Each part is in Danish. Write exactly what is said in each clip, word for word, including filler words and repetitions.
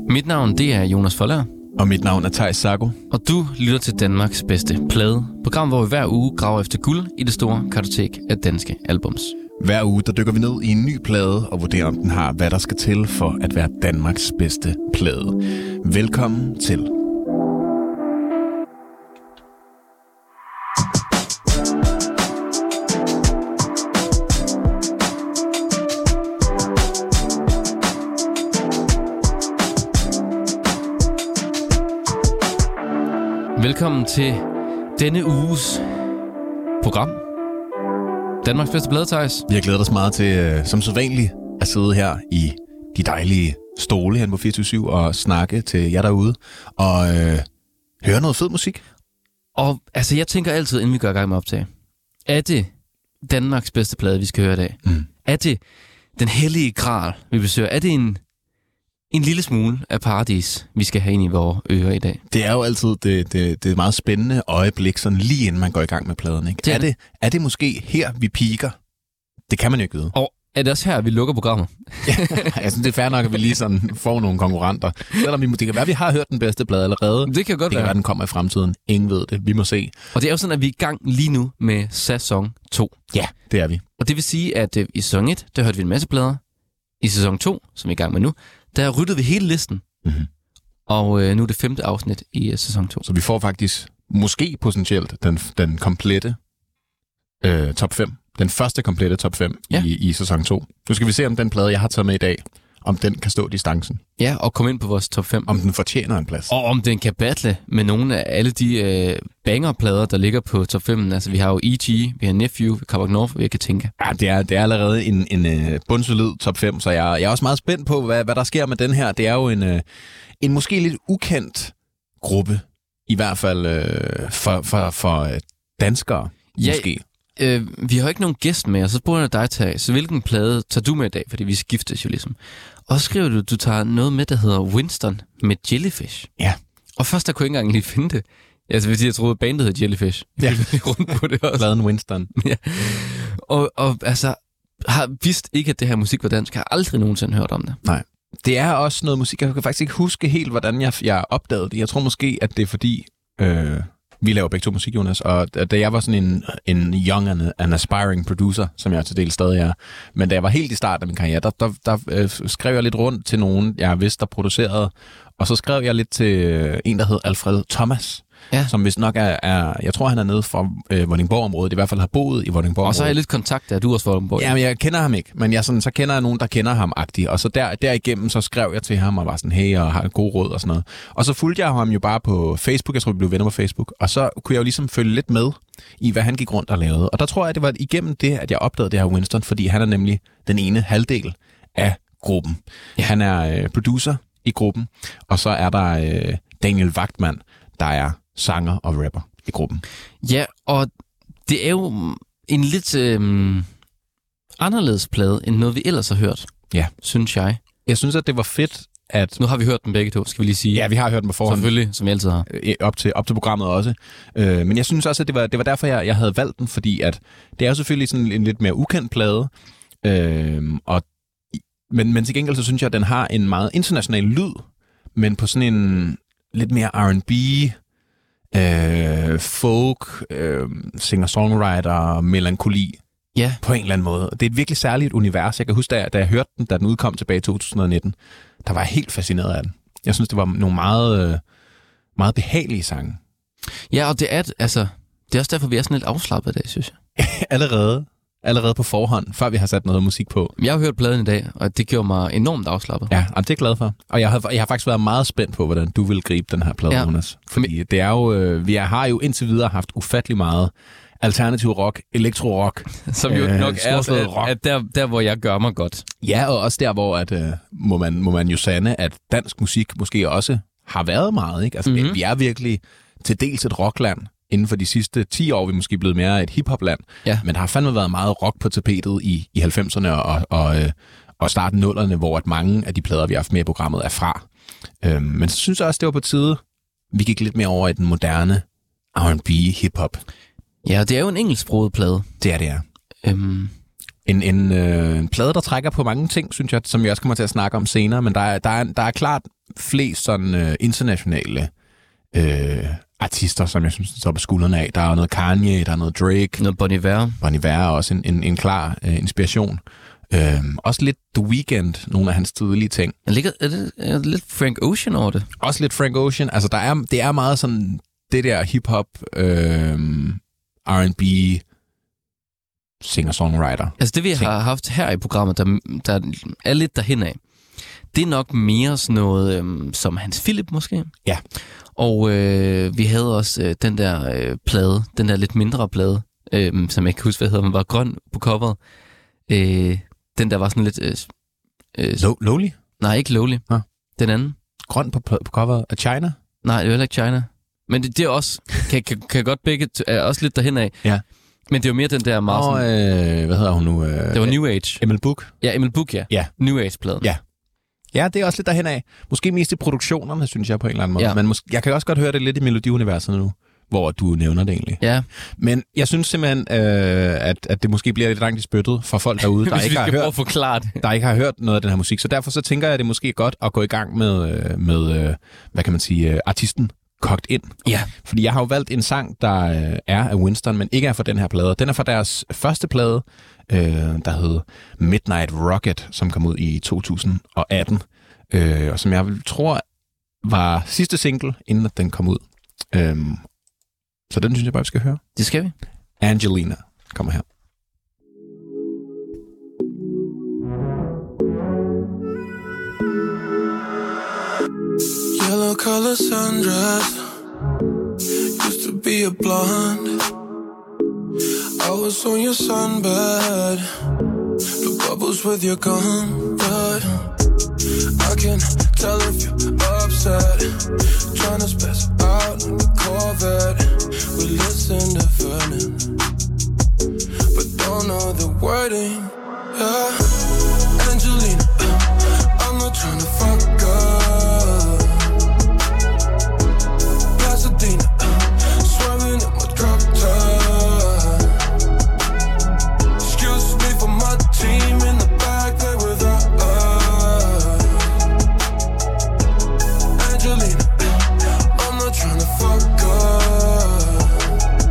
Mit navn, det er Jonas Forlager. Og mit navn er Theis Sago. Og du lytter til Danmarks bedste plade. Program, hvor vi hver uge graver efter guld i det store kartotek af danske albums. Hver uge, der dykker vi ned i en ny plade og vurderer, om den har, hvad der skal til for at være Danmarks bedste plade. Velkommen til. Velkommen til denne uges program. Danmarks bedste plade, Theis. Vi har glædet os meget til, som sædvanligt, at sidde her i de dejlige stole her på fireogtyve syv og snakke til jer derude og øh, høre noget fed musik. Og altså, jeg tænker altid, inden vi går i gang med optag, er det Danmarks bedste plade, vi skal høre i dag? Mm. Er det den hellige gral, vi besøger? Er det en... En lille smule af paradis, vi skal have ind i vores ører i dag. Det er jo altid det, det, det meget spændende øjeblik, sådan lige inden man går i gang med pladen. Ikke? Det er, er, det, er det måske her, vi piker? Det kan man jo ikke vide. Og er det også her, vi lukker programmet? Ja, jeg synes, det er fair nok, at vi lige sådan får nogle konkurrenter. Selvom vi, det kan være, at vi har hørt den bedste plade allerede. Det kan godt det være. kan være, den kommer i fremtiden. Ingen ved det. Vi må se. Og det er jo sådan, at vi er i gang lige nu med sæson to. Ja, det er vi. Og det vil sige, at øh, i sæson et, der hørte vi en masse plader. I sæson to, som vi er i gang med nu, der ryddede vi hele listen. Mm-hmm. Og øh, nu er det femte afsnit i uh, sæson to. Så vi får faktisk, måske potentielt, den, den komplette øh, top fem. Den første komplette top fem ja. i, i sæson to. Nu skal vi se, om den plade, jeg har taget med i dag, om den kan stå distancen. Ja, og komme ind på vores top fem. Om den fortjener en plads. Og om den kan battle med nogle af alle de øh, bangerplader, der ligger på top fem. Altså, vi har jo E G, vi har Nephew, vi har Carbac North, vi har Katinka. Ja, det er, det er allerede en, en uh, bundsolid top fem, så jeg, jeg er også meget spændt på, hvad, hvad der sker med den her. Det er jo en, uh, en måske lidt ukendt gruppe, i hvert fald uh, for, for, for uh, danskere, ja, måske. Øh, vi har ikke nogen gæst med, og så spurgte jeg dig, Theis, så hvilken plade tager du med i dag? Fordi vi skiftes jo ligesom. Og så skriver du, du tager noget med, der hedder Winston med Jellyfish. Ja. Og først der kunne jeg ikke engang lige finde det. Altså, fordi jeg troede, bandet hed Jellyfish. Ja. rundt på det også. Pladen Winston. Ja. Og, og altså, har vidst ikke, at det her musik var dansk. Jeg har aldrig nogensinde hørt om det. Nej. Det er også noget musik. Jeg kan faktisk ikke huske helt, hvordan jeg, jeg opdagede det. Jeg tror måske, at det er fordi... Øh Vi laver begge to musik, Jonas, og da jeg var sådan en, en young and an aspiring producer, som jeg til del stadig er, men da jeg var helt i starten af min karriere, der, der, der øh, skrev jeg lidt rundt til nogen, jeg vidste, der producerede, og så skrev jeg lidt til en, der hed Alfred Thomas, ja. som vist nok er, er, jeg tror, han er nede fra øh, Vordingborg-området, i hvert fald har boet i Vordingborg-området. Og så er jeg lidt kontakt, at du også fra Vordingborg. Jamen, jeg kender ham ikke, men jeg, sådan, så kender jeg nogen, der kender ham-agtigt, og så der, derigennem, så skrev jeg til ham og var sådan, hey, og har en god råd og sådan noget. Og så fulgte jeg ham jo bare på Facebook, jeg tror, vi blev venner på Facebook, og så kunne jeg jo ligesom følge lidt med i, hvad han gik rundt og lavede. Og der tror jeg, det var igennem det, at jeg opdagede det her Winston, fordi han er nemlig den ene halvdel af gruppen. Ja. Han er øh, producer i gruppen, og så er der øh, Daniel Wagtmann, der er sanger og rapper i gruppen. Ja, og det er jo en lidt øh, anderledes plade, end noget vi ellers har hørt, ja. Synes jeg. Jeg synes, at det var fedt, at... Nu har vi hørt dem begge to, skal vi lige sige. Ja, vi har hørt dem på forhånd. Selvfølgelig, som vi altid har. Op til, op til programmet også. Øh, men jeg synes også, at det var, det var derfor, jeg, jeg havde valgt den, fordi at det er jo selvfølgelig sådan en lidt mere ukendt plade. Øh, og, men, men til gengæld, så synes jeg, at den har en meget international lyd, men på sådan en lidt mere R and B... Øh, folk, øh, singer-songwriter, melankoli, ja. På en eller anden måde. Det er et virkelig særligt univers. Jeg kan huske, da jeg, da jeg hørte den, da den udkom tilbage i to tusind nitten, der var jeg helt fascineret af den. Jeg synes, det var nogle meget, øh, meget behagelige sange. Ja, og det er, altså, det er også derfor, vi er sådan lidt afslappet i dag, synes jeg. Allerede. Allerede på forhånd, før vi har sat noget musik på. Jeg har hørt pladen i dag, og det gjorde mig enormt afslappet. Ja, og det er jeg glad for. Og jeg har, jeg har faktisk været meget spændt på, hvordan du vil gribe den her plade, ja. Jonas. Fordi Men... det er jo, øh, vi har jo indtil videre haft ufattelig meget alternativ rock, elektro-rock. Som jo øh, nok er, at, at der, der, hvor jeg gør mig godt. Ja, og også der, hvor at, øh, må, man, må man jo sande, at dansk musik måske også har været meget. Ikke? Altså, mm-hmm. vi er virkelig til dels et rockland. Inden for de sidste ti år er vi måske blevet mere et hiphopland. Ja. Men der har fandme været meget rock på tapetet i, i halvfemserne og, og, øh, og starten nullerne, hvor at mange af de plader, vi har haft med i programmet, er fra. Øhm, men så synes jeg også, det var på tide, vi gik lidt mere over i den moderne R and B hiphop. Ja, det er jo en engelsksproget plade. Det er det, ja. Øhm, en, en, øh, en plade, der trækker på mange ting, synes jeg, som vi også kommer til at snakke om senere, men der er, der er, der er klart flest sådan øh, internationale øh, artister, som jeg synes, står på skuldrene af. Der er noget Kanye, der er noget Drake. Noget Bon Iver. Bon Iver er også en, en, en klar øh, inspiration. Øh, også lidt The Weeknd, nogle af hans tidlige ting. Er det, er det, er det lidt Frank Ocean over det? Også lidt Frank Ocean. Altså, der er, det er meget sådan det der hip-hop, øh, R and B, singer-songwriter. Altså det, vi ting. har haft her i programmet, der, der er lidt derhen af, det er nok mere sådan noget øhm, som Hans Philip måske. Ja. Og øh, vi havde også øh, den der øh, plade, den der lidt mindre plade, øh, som jeg ikke kan huske, hvad hedder, men var grøn på coveret. Øh, den der var sådan lidt... Øh, øh, Lo- Lowly? Nej, ikke Lowly. Huh? Den anden. Grøn på, på coveret af China? Nej, det er heller ikke China. Men det, det er også... Kan, kan, kan godt begge... Er også lidt derhen af. Ja. Men det er jo mere den der meget Og, øh, hvad hedder hun nu? Øh, det var New Age. Emil Book? Ja, Emil Book, ja. Ja. New Age-pladen. Ja. Ja, det er også lidt derhen af. Måske mest i produktionerne, synes jeg på en eller anden måde. Ja. Men måske, jeg kan også godt høre det lidt i melodiuniverset nu, hvor du nævner det egentlig. Ja. Men jeg synes simpelthen, øh, at, at det måske bliver lidt langt i spyttet for folk derude, der, Hvis ikke vi har, skal prøve hørt, at forklare det. der ikke har hørt noget af den her musik. Så derfor så tænker jeg, at det måske er godt at gå i gang med, øh, med øh, hvad kan man sige, øh, artisten kogt ind. Ja. Fordi jeg har jo valgt en sang, der øh, er af Winston, men ikke er fra den her plade. Den er fra deres første plade, øh, der hed Midnight Rocket, som kom ud i to tusind og atten. Øh, og som jeg tror var sidste single, inden at den kom ud. Øhm, så den synes jeg bare, vi skal høre. Det skal vi. Angelina kommer her. Yellow color sundress, used to be a blonde. I was on your sunbed, the bubbles with your gun, but I can tell if you're upset. Trying to space out in the Corvette. We listen to Vernon, but don't know the wording. Yeah, Angelina, I'm not trying to fuck up. Pasadena, swerving in my drop top. Excuse me for my team in the back there with us. Angelina, I'm not trying to fuck up.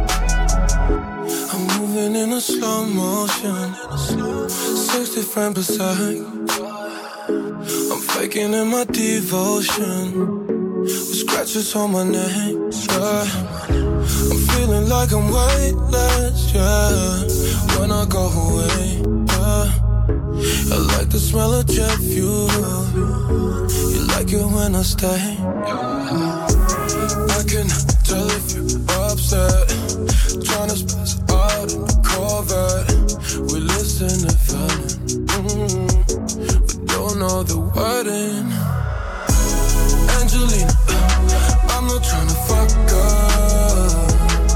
I'm moving in a slow motion, sixty frames per second. I'm faking in my devotion, with scratches on my neck, yeah. I'm feeling like I'm weightless, yeah, when I go away, yeah. I like the smell of jet fuel, you like it when I stay, yeah. I can tell if you're upset, trying to space out in the Corvette. We listen to Vernon, mm-hmm. We don't know the wording. Angelina, I'm not trying to fuck up.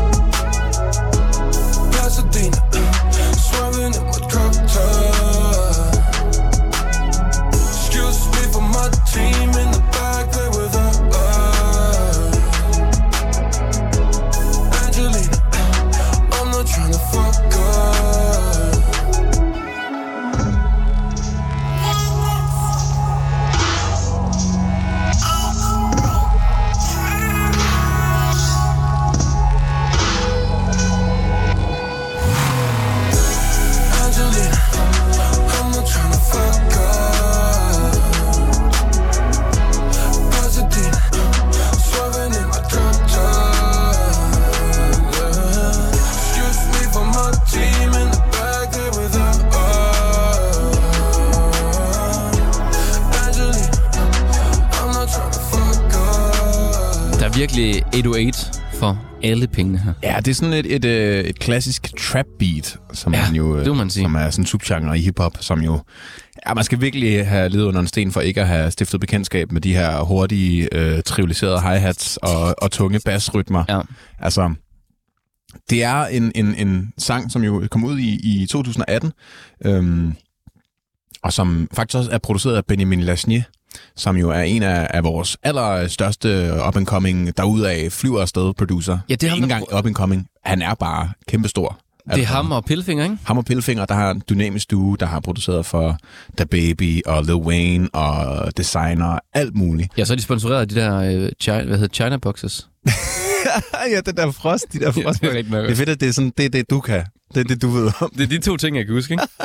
Pasadena, swerving in my drop top. Excuse me for my team in the back there with us. Angelina, I'm not trying to fuck up. Virkelig otte nul otte for alle pengene her. Ja, det er sådan et, et, et, et klassisk trap beat, som, ja, man jo, det må man sige. Som er sådan en subgenre i hiphop, som jo... Ja, man skal virkelig have levet under en sten for ikke at have stiftet bekendtskab med de her hurtige, øh, trivialiserede hi-hats og, og tunge bassrytmer. Ja. Altså, det er en, en, en sang, som jo kom ud i, i to tusind og atten, øhm, og som faktisk også er produceret af Benjamin Lachnier, som jo er en af, af vores allerstørste up-and-coming, derudaf flyver afsted producer. Ja, det er ham, ikke engang up-and-coming. Han er bare kæmpestor. Det er ham og Pillefinger, ikke? Ham og Pillefinger, der har en dynamisk duo, der har produceret for DaBaby og Lil Wayne og Designer og alt muligt. Ja, så er de sponsoreret af de der, øh, China, hvad hedder China Boxes. Ja, den der frost, de der frost. Ja, det er rigtig nok. Det er fedt, at det er sådan, det er det, du kan. Det er det, du ved om. Det er de to ting, jeg kan huske, ikke?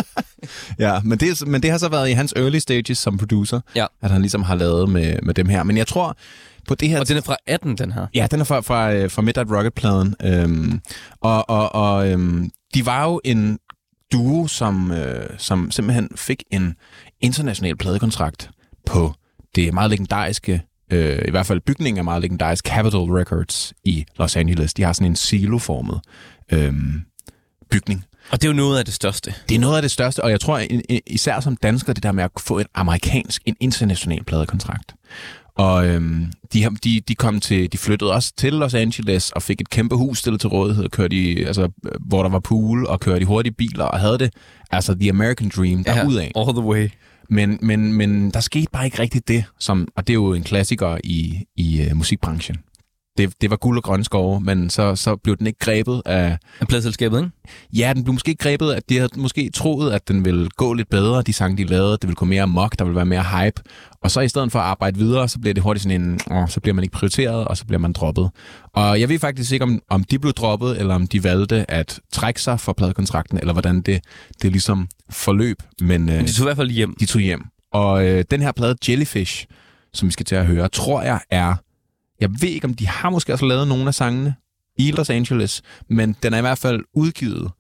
Ja, men det, men det har så været i hans early stages som producer, Ja. at han ligesom har lavet med, med dem her. Men jeg tror, på det her... Og den er fra atten, den her. Ja, den er fra, fra, fra Midnight Rocket-pladen. Øhm, og og, og øhm, de var jo en duo, som, øh, som simpelthen fik en international pladekontrakt på det meget legendariske, øh, i hvert fald bygningen af meget legendarisk Capitol Records i Los Angeles. De har sådan en siloformet øh, bygning. Og det er jo noget af det største. Det er noget af det største, og jeg tror især som dansker, det der med at få en amerikansk, en international pladekontrakt. Og øhm, de, de, de kom til, de flyttede også til Los Angeles og fik et kæmpe hus stillet til rådighed, og kørte i, altså, hvor der var pool, og kørte i hurtige biler, og havde det, altså the American dream derudad. Ja, all the way. Men, men, men der skete bare ikke rigtigt det, som, og det er jo en klassiker i, i uh, musikbranchen. Det, det var guld og grønne skove, men så, så blev den ikke grebet af... Af pladeselskabet, ikke? Ja, den blev måske ikke grebet, at de havde måske troet, at den ville gå lidt bedre, de sange, de lavede. Det ville gå mere amok, der ville være mere hype. Og så i stedet for at arbejde videre, så bliver det hurtigt sådan en... Åh, så bliver man ikke prioriteret, og så bliver man droppet. Og jeg ved faktisk ikke, om, om de blev droppet, eller om de valgte at trække sig fra pladekontrakten, eller hvordan det, det ligesom forløb. Men, Men de tog i hvert fald hjem. De tog hjem. Og øh, den her plade Jellyfish, som vi skal til at høre, tror jeg er... Jeg ved ikke, om de har måske også lavet nogle af sangene i Los Angeles, men den er i hvert fald udgivet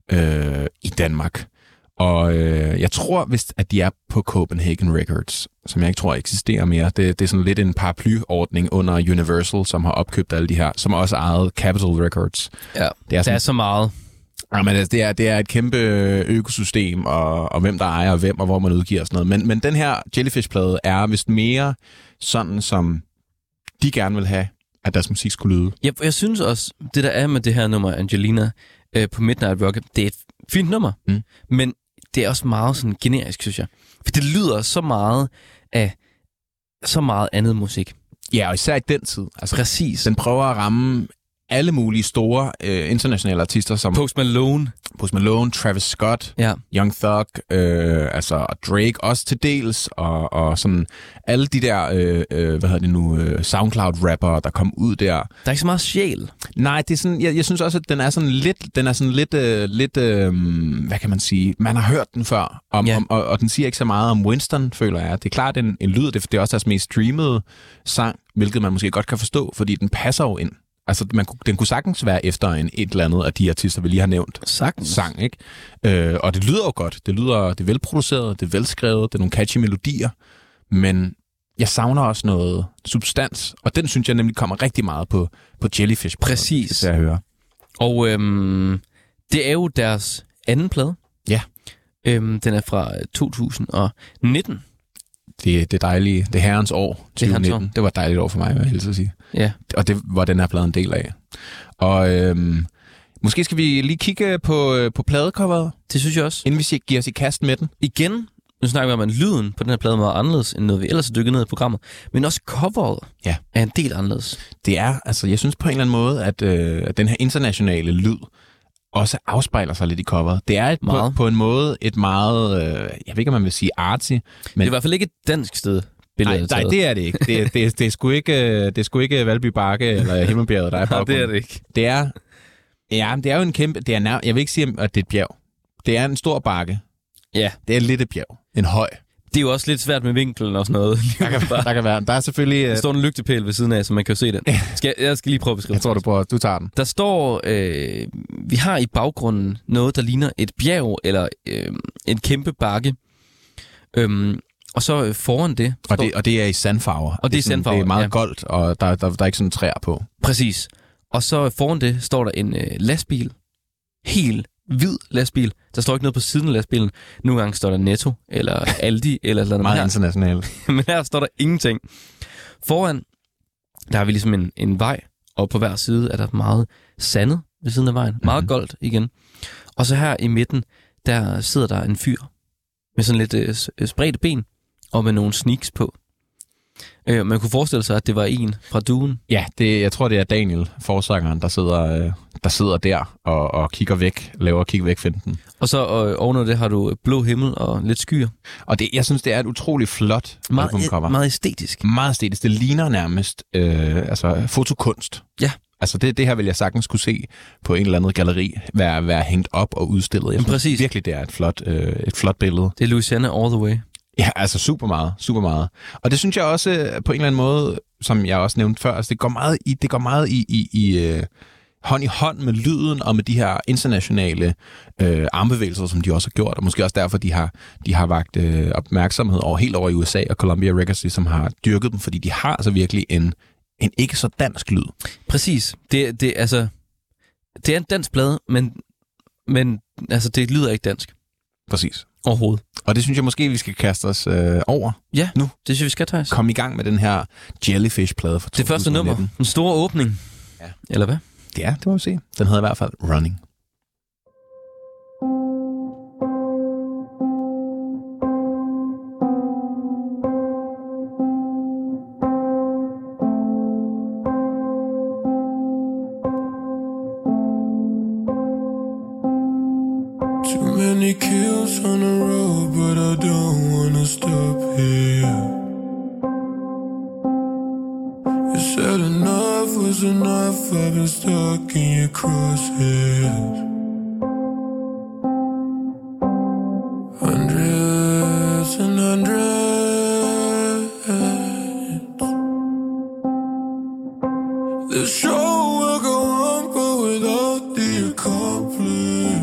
øh, i Danmark. Og øh, jeg tror vist, at de er på Copenhagen Records, som jeg ikke tror eksisterer mere. Det, det er sådan lidt en paraplyordning under Universal, som har opkøbt alle de her, som også ejet Capitol Records. Ja, det er, sådan, der er så meget. Ja, men det er, det er et kæmpe økosystem, og, og hvem der ejer og hvem, og hvor man udgiver og sådan noget. Men, men den her Jellyfish-plade er vist mere sådan, som de gerne vil have, at deres musik skulle lyde. Ja, jeg synes også, det der er med det her nummer, Angelina, øh, på Midnight Rocket, det er et fint nummer, mm. men det er også meget sådan generisk, synes jeg. For det lyder så meget af så meget andet musik. Ja, og især i den tid. Altså, præcis. Den prøver at ramme alle mulige store øh, internationale artister, som Post Malone, Post Malone, Travis Scott, ja. Young Thug, øh, altså Drake også til dels, og, og sådan alle de der, øh, øh, hvad hedder det nu, øh, SoundCloud-rappere, der kom ud der. Der er ikke så meget sjæl. Nej, det er sådan, jeg, jeg synes også, at den er sådan lidt, den er sådan lidt, øh, lidt øh, hvad kan man sige, man har hørt den før, om, ja. om, og, og den siger ikke så meget om Winston, føler jeg. Det er klart en, en lyd, det, det er også deres mest streamede sang, hvilket man måske godt kan forstå, fordi den passer jo ind. Altså, man, den kunne sagtens være efter en et eller andet af de artister, vi lige har nævnt. Sagtens. Sang, ikke? Øh, og det lyder jo godt. Det lyder, det er velproduceret, det er velskrevet, det er nogle catchy melodier. Men jeg savner også noget substans, og den synes jeg nemlig kommer rigtig meget på, på Jellyfish. Præcis. Det jeg høre. Og øhm, det er jo deres anden plade. Ja. Øhm, den er fra to tusind nitten. Det, det dejlige, det herrens år, tyve nitten. Det, det var et dejligt år for mig, vil jeg helst at sige. Ja. Og det var den her plade en del af. Og øhm, måske skal vi lige kigge på, på pladecoveret. Det synes jeg også. Inden vi giver os i kast med den. Igen, nu snakker vi om, at lyden på den her plade er meget anderledes, end noget vi ellers har dykket ned i programmet. Men også coveret ja. er en del anderledes. Det er, altså jeg synes på en eller anden måde, at, øh, at den her internationale lyd også afspejler sig lidt i coveret. Det er et, på, på en måde et meget, øh, jeg ved ikke, om man vil sige artsy. Men det er i hvert fald ikke et dansk sted. Nej, nej, det er det ikke. Det, det, det, er sgu ikke, det er sgu ikke Valby Bakke eller Himmelbjerget, der er nej, det er det ikke. Det er, ja, det er jo en kæmpe, det er nær, jeg vil ikke sige, at det er et bjerg. Det er en stor bakke. Ja. Det er lidt et bjerg. En høj. Det er jo også lidt svært med vinklen og sådan noget. Der kan, der kan være. Der er selvfølgelig... Der står en lygtepæl ved siden af, så man kan jo se den. Skal jeg, jeg skal lige prøve at beskrive. Jeg tror, du prøver. Du tager den. Der står... Øh, vi har i baggrunden noget, der ligner et bjerg eller øh, en kæmpe bakke. Øhm, og så foran det... Og det, og det er i sandfarver. Og det er, sådan, sandfarver, det er meget ja. goldt, og der, der, der er ikke sådan træer på. Præcis. Og så foran det står der en øh, lastbil. Helt hvid lastbil. Der står ikke noget på siden af lastbilen. Nogle gange står der Netto, eller Aldi, eller noget meget internationalt. Men her står der ingenting. Foran, der har vi ligesom en, en vej, og på hver side er der meget sandet ved siden af vejen. Mm-hmm. Meget goldt igen. Og så her i midten, der sidder der en fyr med sådan lidt øh, spredte ben, og med nogle sneaks på. Øh, man kunne forestille sig, at det var en fra duen. Ja, det, jeg tror, det er Daniel, forsangeren, der sidder, øh, der sidder der og, og kigger væk, laver kig væk finten. Og så øh, oven det har du blå himmel og lidt skyer. Og det, jeg synes, det er et utroligt flot meget, albumcover. Meget æstetisk. Meget æstetisk. Det ligner nærmest øh, altså, fotokunst. Ja. Altså det, det her vil jeg sagtens kunne se på en eller anden galleri, være, være hængt op og udstillet. Jeg synes præcis. Virkelig, det er et flot, øh, et flot billede. Det er Louisiana all the way. Ja, altså super meget, super meget. Og det synes jeg også på en eller anden måde, som jeg også nævnte før, altså det går meget i, det går meget i, i, i uh, hånd i hånd med lyden og med de her internationale øh, armbevægelser, som de også har gjort, og måske også derfor, de har, de har vagt øh, opmærksomhed over helt over i U S A og Columbia Records, som har dyrket dem, fordi de har altså virkelig en, en ikke så dansk lyd. Præcis. Det, det, altså, det er en dansk plade, men, men altså, det lyder ikke dansk. Præcis. Overhovedet. Og det synes jeg måske, vi skal kaste os øh, over ja, nu. Det synes vi skal, Thijs. Kom i gang med den her Jellyfish-plade fra to tusind nitten. Det første nummer. En stor åbning. Ja. Eller hvad? Ja, det må vi se. Den hedder i hvert fald Running. Many kills on the road, but I don't wanna stop here. You said enough was enough, I've been stuck in your crosshairs. Hundreds and hundreds. The show will go on, but without the accomplice.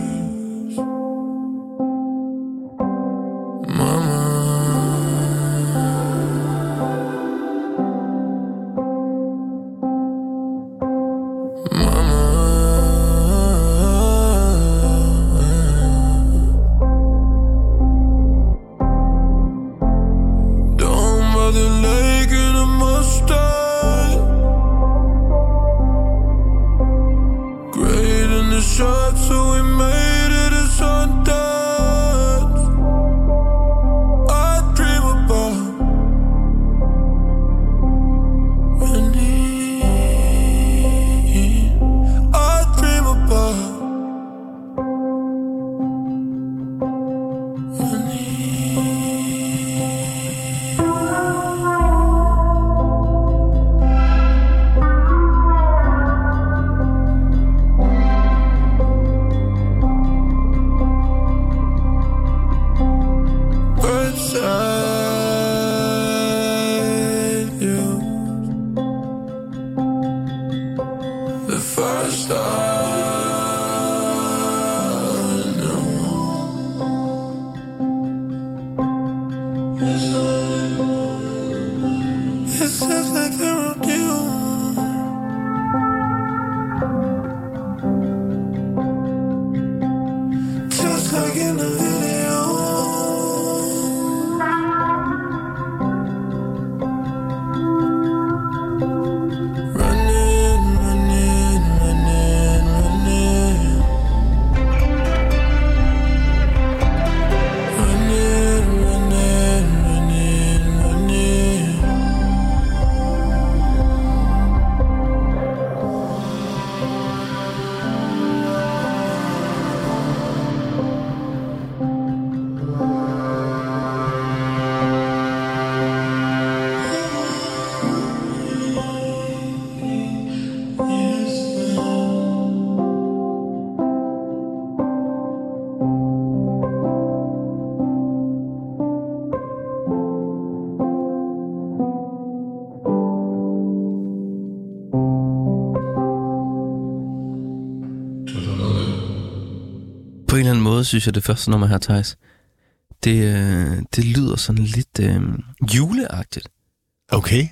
På en eller anden måde synes jeg, det første nummer her, Thijs, det, øh, det lyder sådan lidt øh, juleagtigt. Okay.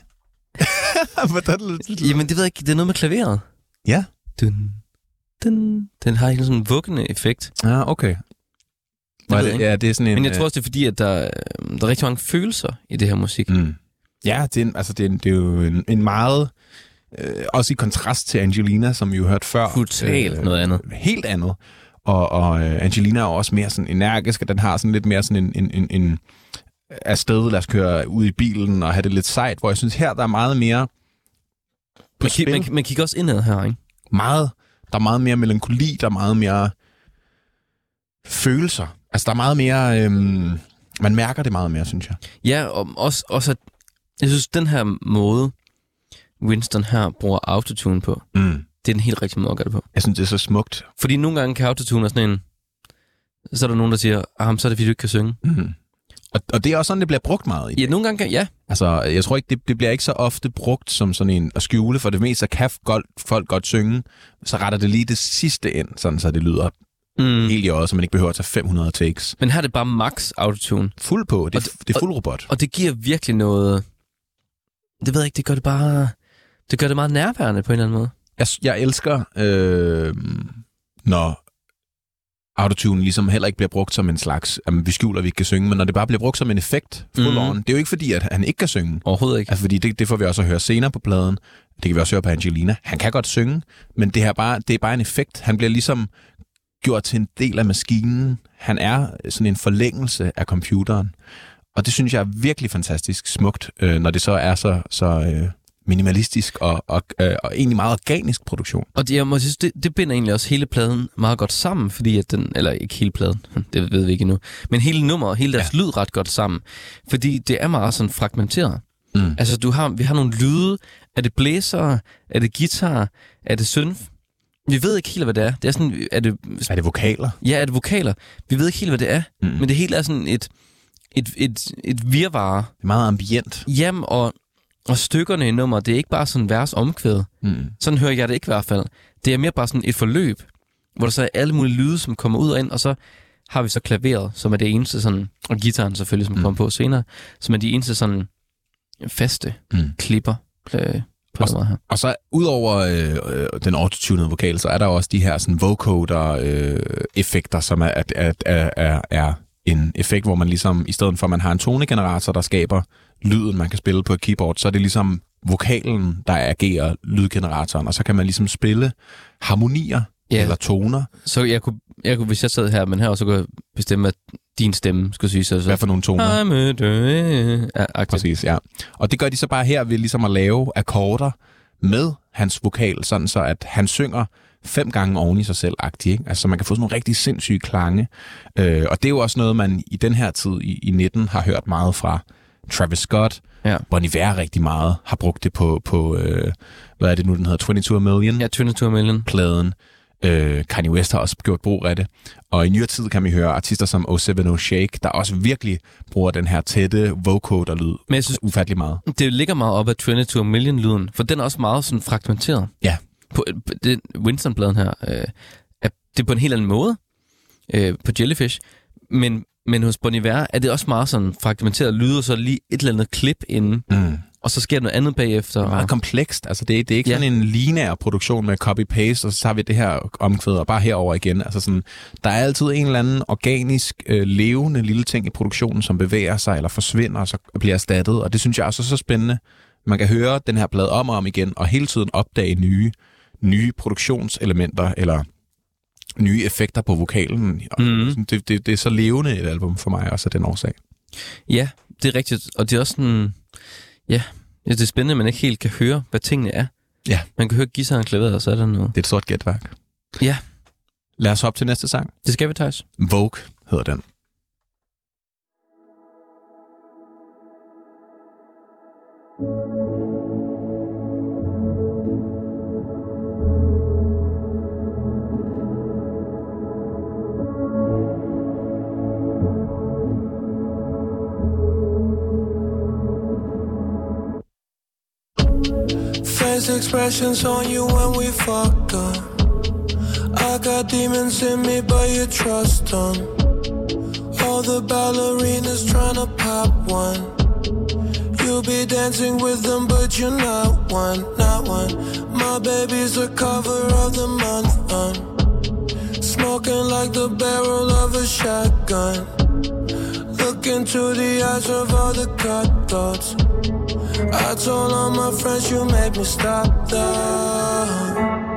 Hvordan? Jamen, det ved jeg ikke. Det er noget med klaveret. Ja. Dun, dun. Den har ikke sådan en vuggende effekt. Ja, okay. Det det, ja, det er sådan en, Men jeg tror også, det er fordi, at der, der er rigtig mange følelser i det her musik. Mm. Ja, det er, en, altså, det, er en, det er jo en, en meget... Øh, også i kontrast til Angelina, som vi jo hørte før. Totalt øh, noget andet. Helt andet. Og, og uh, Angelina er også mere sådan energisk, og den har sådan lidt mere sådan en, en, en, en afsted, lad os køre ud i bilen og have det lidt sejt, hvor jeg synes her, der er meget mere på man, spil. man, man kigger også indad her, ikke? Meget, der er meget mere melankoli, der er meget mere følelser. Altså, der er meget mere... Øhm, man mærker det meget mere, synes jeg. Ja, og også, også at jeg synes, den her måde, Winston her bruger autotune på, Mm. det er den helt rigtige måde at gøre det på. Jeg synes, det er så smukt. Fordi nogle gange kan autotune være sådan en... Så er der nogen, der siger, ah, så er det, fordi du ikke kan synge. Mm. Og, og det er også sådan, det bliver brugt meget i. Ja, nogle gange kan, ja. Altså, jeg tror ikke, det, det bliver ikke så ofte brugt som sådan en at skjule, for det meste kan godt, folk godt synge, så retter det lige det sidste ind, sådan så det lyder Mm. helt i øjet, så man ikke behøver at tage fem hundrede takes. Men her er det bare max autotune. Fuld på, det, Og- det er fuld robot. Og det giver virkelig noget... Det ved jeg ikke, det gør det bare... Det gør det meget nærværende på en eller anden måde. Jeg, jeg elsker, øh, når autotune ligesom heller ikke bliver brugt som en slags, jamen, vi skjuler, vi ikke kan synge, men når det bare bliver brugt som en effekt, full Mhm. on. Det er jo ikke fordi, at han ikke kan synge. Overhovedet ikke. Altså, fordi det, det får vi også at høre senere på pladen. Det kan vi også høre på Angelina. Han kan godt synge, men det, her bare, det er bare en effekt. Han bliver ligesom gjort til en del af maskinen. Han er sådan en forlængelse af computeren. Og det synes jeg er virkelig fantastisk smukt, øh, når det så er så, så øh, minimalistisk og, og, øh, og egentlig meget organisk produktion. Og det, jeg må sige, det, det binder egentlig også hele pladen meget godt sammen, fordi at den... Eller ikke hele pladen, det ved vi ikke endnu. Men hele nummeret, hele deres ja. lyd ret godt sammen. Fordi det er meget sådan fragmenteret. Mm. Altså, du har, vi har nogle lyde. Er det blæser? Er det guitar? Er det synth? Vi ved ikke helt, hvad det er. Det er sådan... Er det, Er det vokaler? ja, er det vokaler? Vi ved ikke helt, hvad det er. Mm. Men det hele er sådan et... Et, et, et virvare. Det er meget ambient. Jamen, og, og stykkerne i nummer, det er ikke bare sådan vers omkvæd. Mm. Sådan hører jeg det ikke i hvert fald. Det er mere bare sådan et forløb, hvor der så er alle mulige lyde, som kommer ud og ind, og så har vi så klaveret, som er det eneste sådan, og guitaren selvfølgelig, som mm. kommer på senere, som er de eneste sådan faste Mm. klipper øh, på den måde her. Og så udover øh, øh, den autotunede vokal, så er der også de her sådan vocoder-effekter, øh, som er, er, er, er, er en effekt, hvor man ligesom, i stedet for at man har en tonegenerator, der skaber lyden, man kan spille på et keyboard, så er det ligesom vokalen, der agerer lydgeneratoren, og så kan man ligesom spille harmonier Ja. eller toner. Så jeg kunne, jeg kunne, hvis jeg sad her, men her så kunne jeg bestemme, at din stemme skulle sige så. så Hvad for nogle toner? I'm a day. Ja, agtigt. Præcis, ja. Og det gør de så bare her ved ligesom at lave akkorder med hans vokal, sådan så at han synger fem gange oven i sig selv-agtigt, ikke? Altså, så man kan få sådan nogle rigtig sindssyge klange. Øh, og det er jo også noget, man i den her tid i, i nitten har hørt meget fra Travis Scott. Ja. Bon Iver rigtig meget har brugt det på, på øh, hvad er det nu, den hedder? tyve-to a million? Ja, tyve-to a million. Pladen. Øh, Kanye West har også gjort brug af det. Og i nyere tid kan man høre artister som oh seven oh Shake, der også virkelig bruger den her tætte vocoder-lyd Men jeg synes, ufattelig meget. det ligger meget op af tyve-to a million-lyden, for den er også meget sådan fragmenteret. Ja. På, på den Winston-pladen her, øh, er, det er på en helt anden måde øh, på Jellyfish, men, men hos Bon Iver er det også meget sådan fragmenteret lyd, og så lige et eller andet klip inden, Mm. og så sker der noget andet bagefter. Det er meget og, komplekst. Altså, det, er, det er ikke Ja. sådan en lineær produktion med copy-paste, og så tager vi det her omkvæd, og bare herover igen. Altså sådan, der er altid en eller anden organisk, øh, levende lille ting i produktionen, som bevæger sig eller forsvinder, og så bliver erstattet. Og det synes jeg også er så spændende. Man kan høre den her plade om og om igen, og hele tiden opdage nye, nye produktionselementer, eller nye effekter på vokalen. Mhm. Det, det, det er så levende et album for mig, også af den årsag. Ja, det er rigtigt, og det er også sådan, ja, ja, det er spændende, at man ikke helt kan høre, hvad tingene er. Ja. Man kan høre guitaren, klaveret, og så er der noget. Det er et stort gætværk. Ja, Lad os hoppe til næste sang. det skal vi, Thijs. Vogue hedder den. Face expressions on you when we fuck up. I got demons in me, but you trust them. All the ballerinas tryna pop one. You be dancing with them, but you're not one, not one. My baby's the cover of the month, um. Smoking like the barrel of a shotgun. Look into the eyes of all the cutthroats. I told all my friends you made me stop them.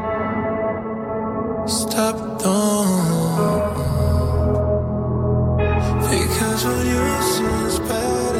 Stop them. Because what you see is bad.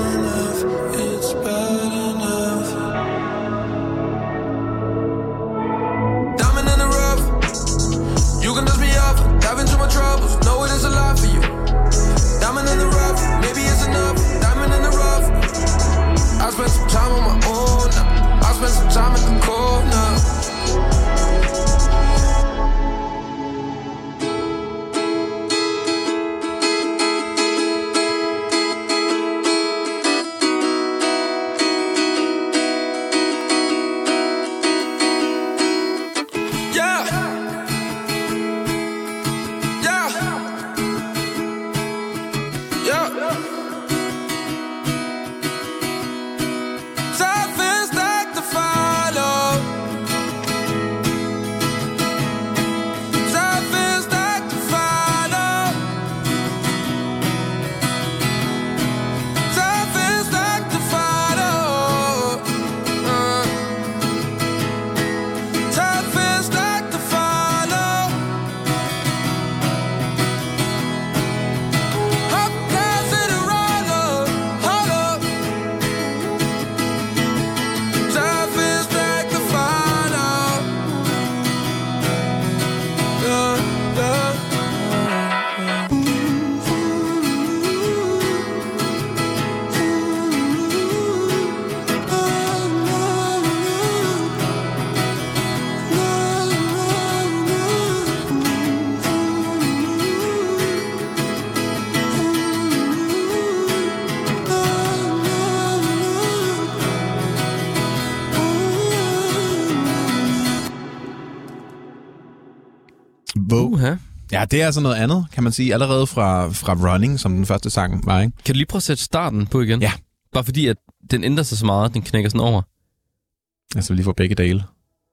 Vogue. Uh-huh. Ja, det er altså noget andet, kan man sige, allerede fra, fra Running, som den første sang var, ikke? Kan du lige prøve at sætte starten på igen? Ja. Bare fordi, at den ændrer sig så meget, at den knækker sådan over. Altså, vi lige får begge dele.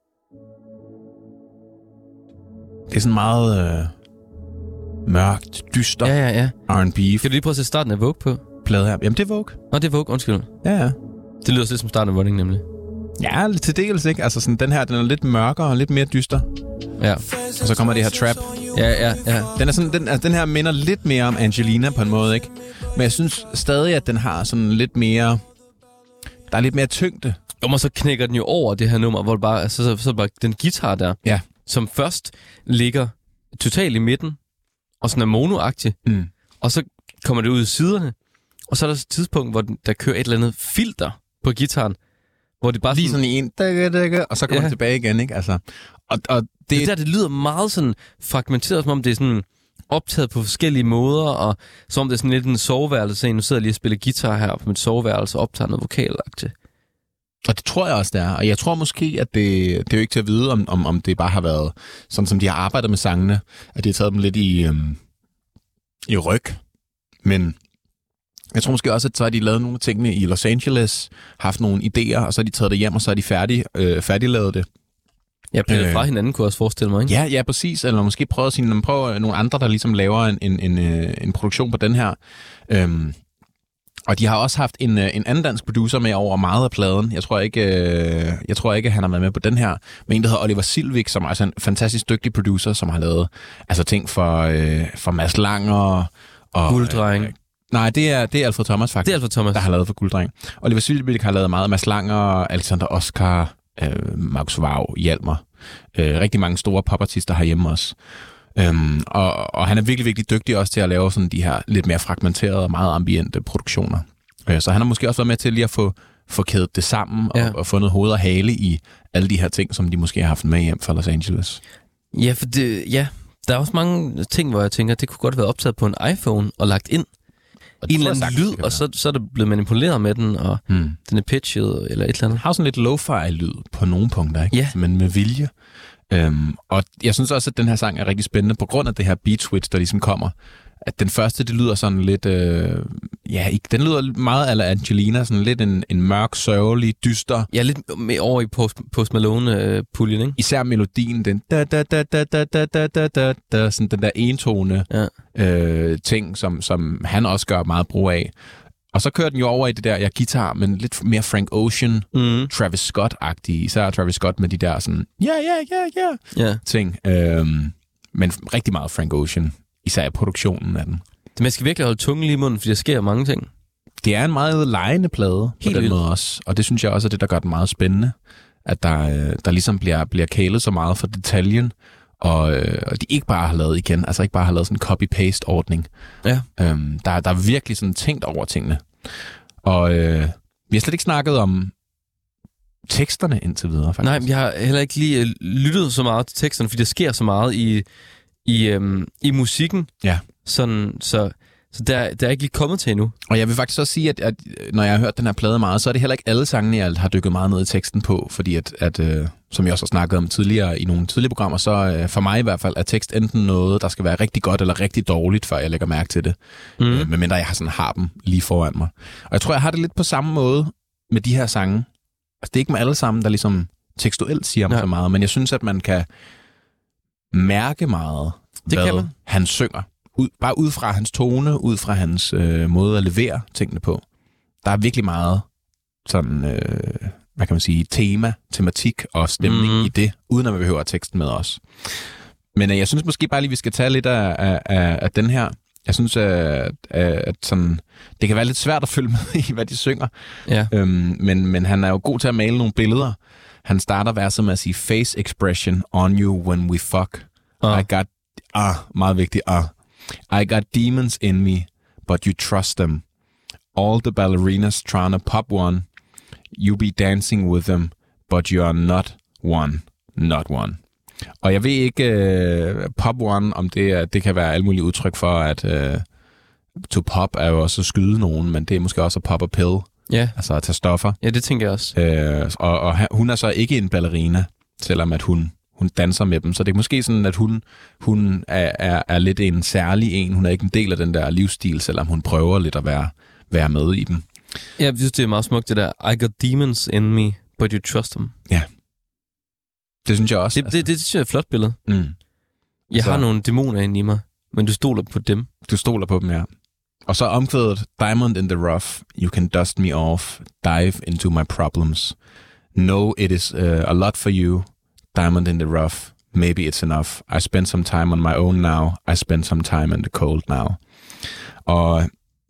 Det er sådan meget øh, mørkt, dyster Ja, ja, ja. R and B. Kan du lige prøve at sætte starten af Vogue på? Plade her. Jamen, det er Vogue. Nå, det er Vogue, undskyld. Ja, ja. Det lyder lidt som starten af Running, nemlig. Ja, lidt til dels, ikke? Altså, sådan, den her, den er lidt mørkere og lidt mere dyster. Ja. Og så kommer det her trap. Ja, ja, ja. Den, er sådan, den, altså, den her minder lidt mere om Angelina på en måde, ikke? Men jeg synes stadig, at den har sådan lidt mere... Der er lidt mere tyngde. Og så knækker den jo over det her nummer, hvor det bare, altså, så, så bare den guitar der, ja. som først ligger totalt i midten, og sådan er monoagtig, mm. og så kommer det ud i siderne, og så er der et tidspunkt, hvor den, der kører et eller andet filter på guitaren, hvor det bare lige sådan... sådan i en, daga, daga, og så kommer ja. det tilbage igen, ikke? Altså, og, og det... det der, det lyder meget sådan fragmenteret, som om det er sådan optaget på forskellige måder, og som om det er sådan lidt en soveværelse. Nu sidder jeg lige og spiller guitar her på mit soveværelse og optager noget vokalagtigt. Og det tror jeg også, det er. Og jeg tror måske, at det, det er jo ikke til at vide, om, om, om det bare har været sådan, som de har arbejdet med sangene, at de har taget dem lidt i, øhm, i ryg. Men jeg tror måske også, at så har de lavet nogle af tingene i Los Angeles, haft nogle idéer, og så har de taget det hjem, og så er de færdig, øh, færdiglavet det. Ja, pillet øh, fra hinanden kunne jeg også forestille mig, ikke? Ja, ja, præcis. Eller måske prøve at sige, prøve nogle andre, der ligesom laver en, en, en, en produktion på den her. Øhm, og de har også haft en, en anden dansk producer med over meget af pladen. Jeg tror ikke, øh, jeg tror ikke, han har været med på den her. Men en, der hedder Oliver Silvik, som er altså en fantastisk dygtig producer, som har lavet altså ting for, øh, for Mads Langer og... Gulddreng. Øh, nej, det er, det er Alfred Thomas faktisk. Det er Alfred Thomas. Der har lavet for Gulddreng. Oliver Silvik har lavet meget Mads Langer, Alexander Oscar, øh, Markus Vau, Hjalmar. Øh, rigtig mange store popartister herhjemme også. Øhm, og, og han er virkelig, virkelig dygtig også til at lave sådan de her lidt mere fragmenterede og meget ambiente produktioner. Øh, så han har måske også været med til lige at få, få kædet det sammen ja. og, og fundet hoved og hale i alle de her ting, som de måske har haft med hjem fra Los Angeles. Ja, for det, ja, der er også mange ting, hvor jeg tænker, det kunne godt være optaget på en iPhone og lagt ind. Og en eller anden lyd, og så, så er det blevet manipuleret med den, og hmm. den er pitchet eller et eller andet. Har sådan lidt lo-fi-lyd på nogle punkter, ikke? Ja. Men med vilje. Øhm, og jeg synes også, at den her sang er rigtig spændende på grund af det her beat switch, der ligesom kommer. At den første, det lyder sådan lidt... Øh, ja, ikke, den lyder meget ala Angelina, sådan lidt en, en mørk, sørgelig, dyster... Ja, lidt med over i Post, Post Malone-puljen, ikke? Især melodien, den da da da da da da da da da da, sådan den der entone ja. øh, ting, som, som han også gør meget brug af. Og så kører den jo over i det der, ja, guitar, men lidt mere Frank Ocean, mm. Travis Scott-agtig. Især Travis Scott med de der sådan, ja, ja, ja, ja, ting. Øhm, men rigtig meget Frank Ocean, især i produktionen af den. Det man skal virkelig holde tungen lige i munden, for der sker mange ting. Det er en meget legende plade Helt på den vildt. måde også. Og det synes jeg også er det, der gør den meget spændende. At der, der ligesom bliver, bliver kælet så meget for detaljen, og, øh, og de ikke bare har lavet igen, altså ikke bare har lavet sådan en copy-paste-ordning. Ja. Øhm, der, der er virkelig sådan tænkt over tingene. Og øh, vi har slet ikke snakket om teksterne indtil videre, faktisk. Nej, jeg har heller ikke lige lyttet så meget til teksterne, fordi der sker så meget i, i, øhm, i musikken. Ja. Sådan, så så der, der er ikke lige kommet til endnu. Og jeg vil faktisk også sige, at, at når jeg har hørt den her plade meget, så er det heller ikke alle sangene, jeg har dykket meget ned i teksten på, fordi at, at øh, som jeg også har snakket om tidligere i nogle tidligere programmer, så øh, for mig i hvert fald er tekst enten noget, der skal være rigtig godt eller rigtig dårligt, før jeg lægger mærke til det. Mm. Øh, medmindre jeg har, sådan, har dem lige foran mig. Og jeg tror, jeg har det lidt på samme måde med de her sange. Altså det er ikke med alle sammen, der ligesom tekstuelt siger mig ja. så meget, men jeg synes, at man kan mærke meget, det hvad kan man. han synger. Ud, bare ud fra hans tone, ud fra hans øh, måde at levere tingene på. Der er virkelig meget sådan, øh, hvad kan man sige, tema, tematik og stemning mm. i det, uden at vi behøver teksten med os. Men øh, jeg synes måske bare lige, vi skal tage lidt af, af, af, af den her. Jeg synes, at, at sådan, det kan være lidt svært at følge med i, hvad de synger. Ja. Øhm, men, men han er jo god til at male nogle billeder. Han starter verset med at sige, face expression on you when we fuck. Uh. I got, ah, meget vigtigt, ah. I got demons in me, but you trust them. All the ballerinas trying to pop one. You be dancing with them, but you are not one. Not one. Og jeg ved ikke, uh, pop one, om det, er, det kan være alle mulige udtryk for, at uh, to pop er jo også at skyde nogen, men det er måske også at pop a pill. Ja. Altså at tage stoffer. Ja, det tænker jeg også. Uh, og, og hun er så ikke en ballerina, selvom at hun, hun danser med dem. Så det er måske sådan, at hun, hun er, er, er lidt en særlig en. Hun er ikke en del af den der livsstil, selvom hun prøver lidt at være, være med i den. Jeg synes, det er meget smukt, det der I got demons in me, but you trust them. Ja. Det synes jeg også. Det, altså. det, det, det synes jeg er et flot billede. Mm. Jeg så. har nogle dæmoner inde i mig, men du stoler på dem. Du stoler på dem, ja. Og så omkvædet, Diamond in the rough, you can dust me off, dive into my problems. No, it is uh, a lot for you, diamond in the rough, maybe it's enough. I spend some time on my own now, I spend some time in the cold now. Og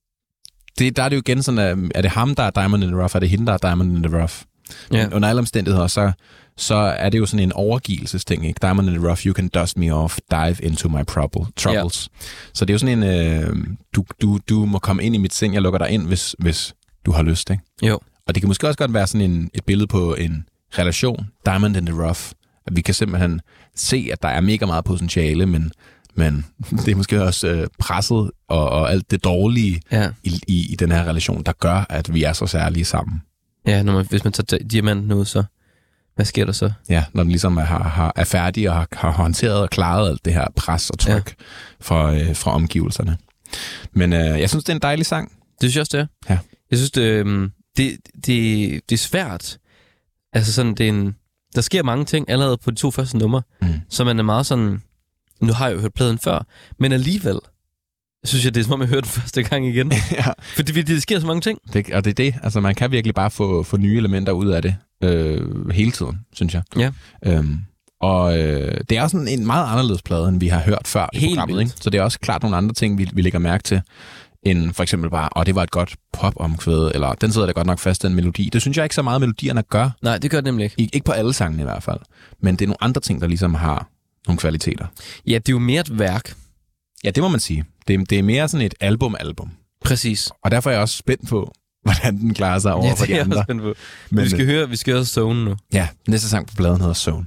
det, der er det jo igen sådan, at er det ham, der er diamond in the rough, er det hende, der er diamond in the rough? Ja. Under alle omstændigheder, så, så er det jo sådan en overgivelsesting, ikke? Diamond in the rough, you can dust me off, dive into my trouble, troubles. Ja. Så det er jo sådan en, øh, du, du, du må komme ind i mit sind, jeg lukker dig ind, hvis, hvis du har lyst, ikke? Jo. Og det kan måske også godt være sådan en, et billede på en relation, diamond in the rough. At vi kan simpelthen se, at der er mega meget potentiale, men, men det er måske også øh, presset og, og alt det dårlige ja. i, i, i den her relation, der gør, at vi er så særlige sammen. Ja, når man, hvis man tager diamanten ud, så hvad sker der så? Ja, når den ligesom er, har, er færdig og har, har håndteret og klaret alt det her pres og tryk ja. fra, øh, fra omgivelserne. Men øh, jeg synes, det er en dejlig sang. Det synes jeg også, det er. Ja. Jeg synes, det, øh, det, det, det er svært. Altså sådan, det er en, der sker mange ting allerede på de to første numre, mm. så man er meget sådan, nu har jeg jo hørt pladen før, men alligevel synes jeg, det er som om jeg hørte den første gang igen. Ja. Fordi det, det sker så mange ting. Det, og det er det. Altså, man kan virkelig bare få, få nye elementer ud af det øh, hele tiden, synes jeg. Ja. Øhm, og øh, det er også en, en meget anderledes plade, end vi har hørt før i Helt programmet. Ikke? Så det er også klart nogle andre ting, vi, vi lægger mærke til, end for eksempel bare, og det var et godt pop-omkvæd, eller den sidder der godt nok fast, den melodi. Det synes jeg ikke så meget, melodierne gør. Nej, det gør det nemlig ikke. I, ikke på alle sangene i hvert fald. Men det er nogle andre ting, der ligesom har nogle kvaliteter. Ja, det er jo mere et værk. Ja, det må man sige. Det, det er mere sådan et album-album. Præcis. Og derfor er jeg også spændt på, hvordan den klarer sig over ja, for de andre. Ja, spændt på. Men vi skal høre, vi skal høre Zone nu. Ja, næste sang på pladen hedder Zone.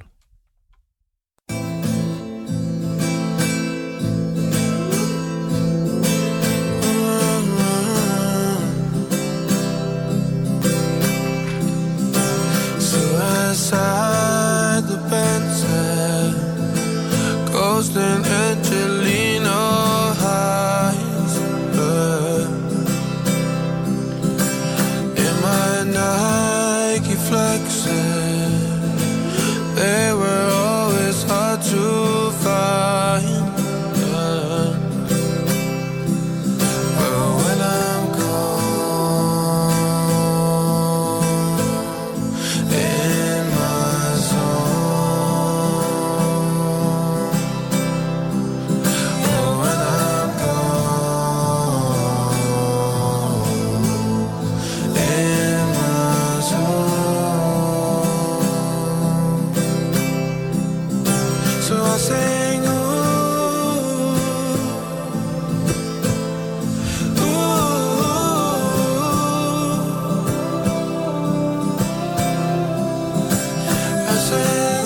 Inside the Bentley, ghosting Angelina Heights. Uh, in my Nike flexes, they were always hard to find. Uh, but when I'm gone, in my zone, oh, when I'm gone, in my zone, so I sing, ooh, I sing,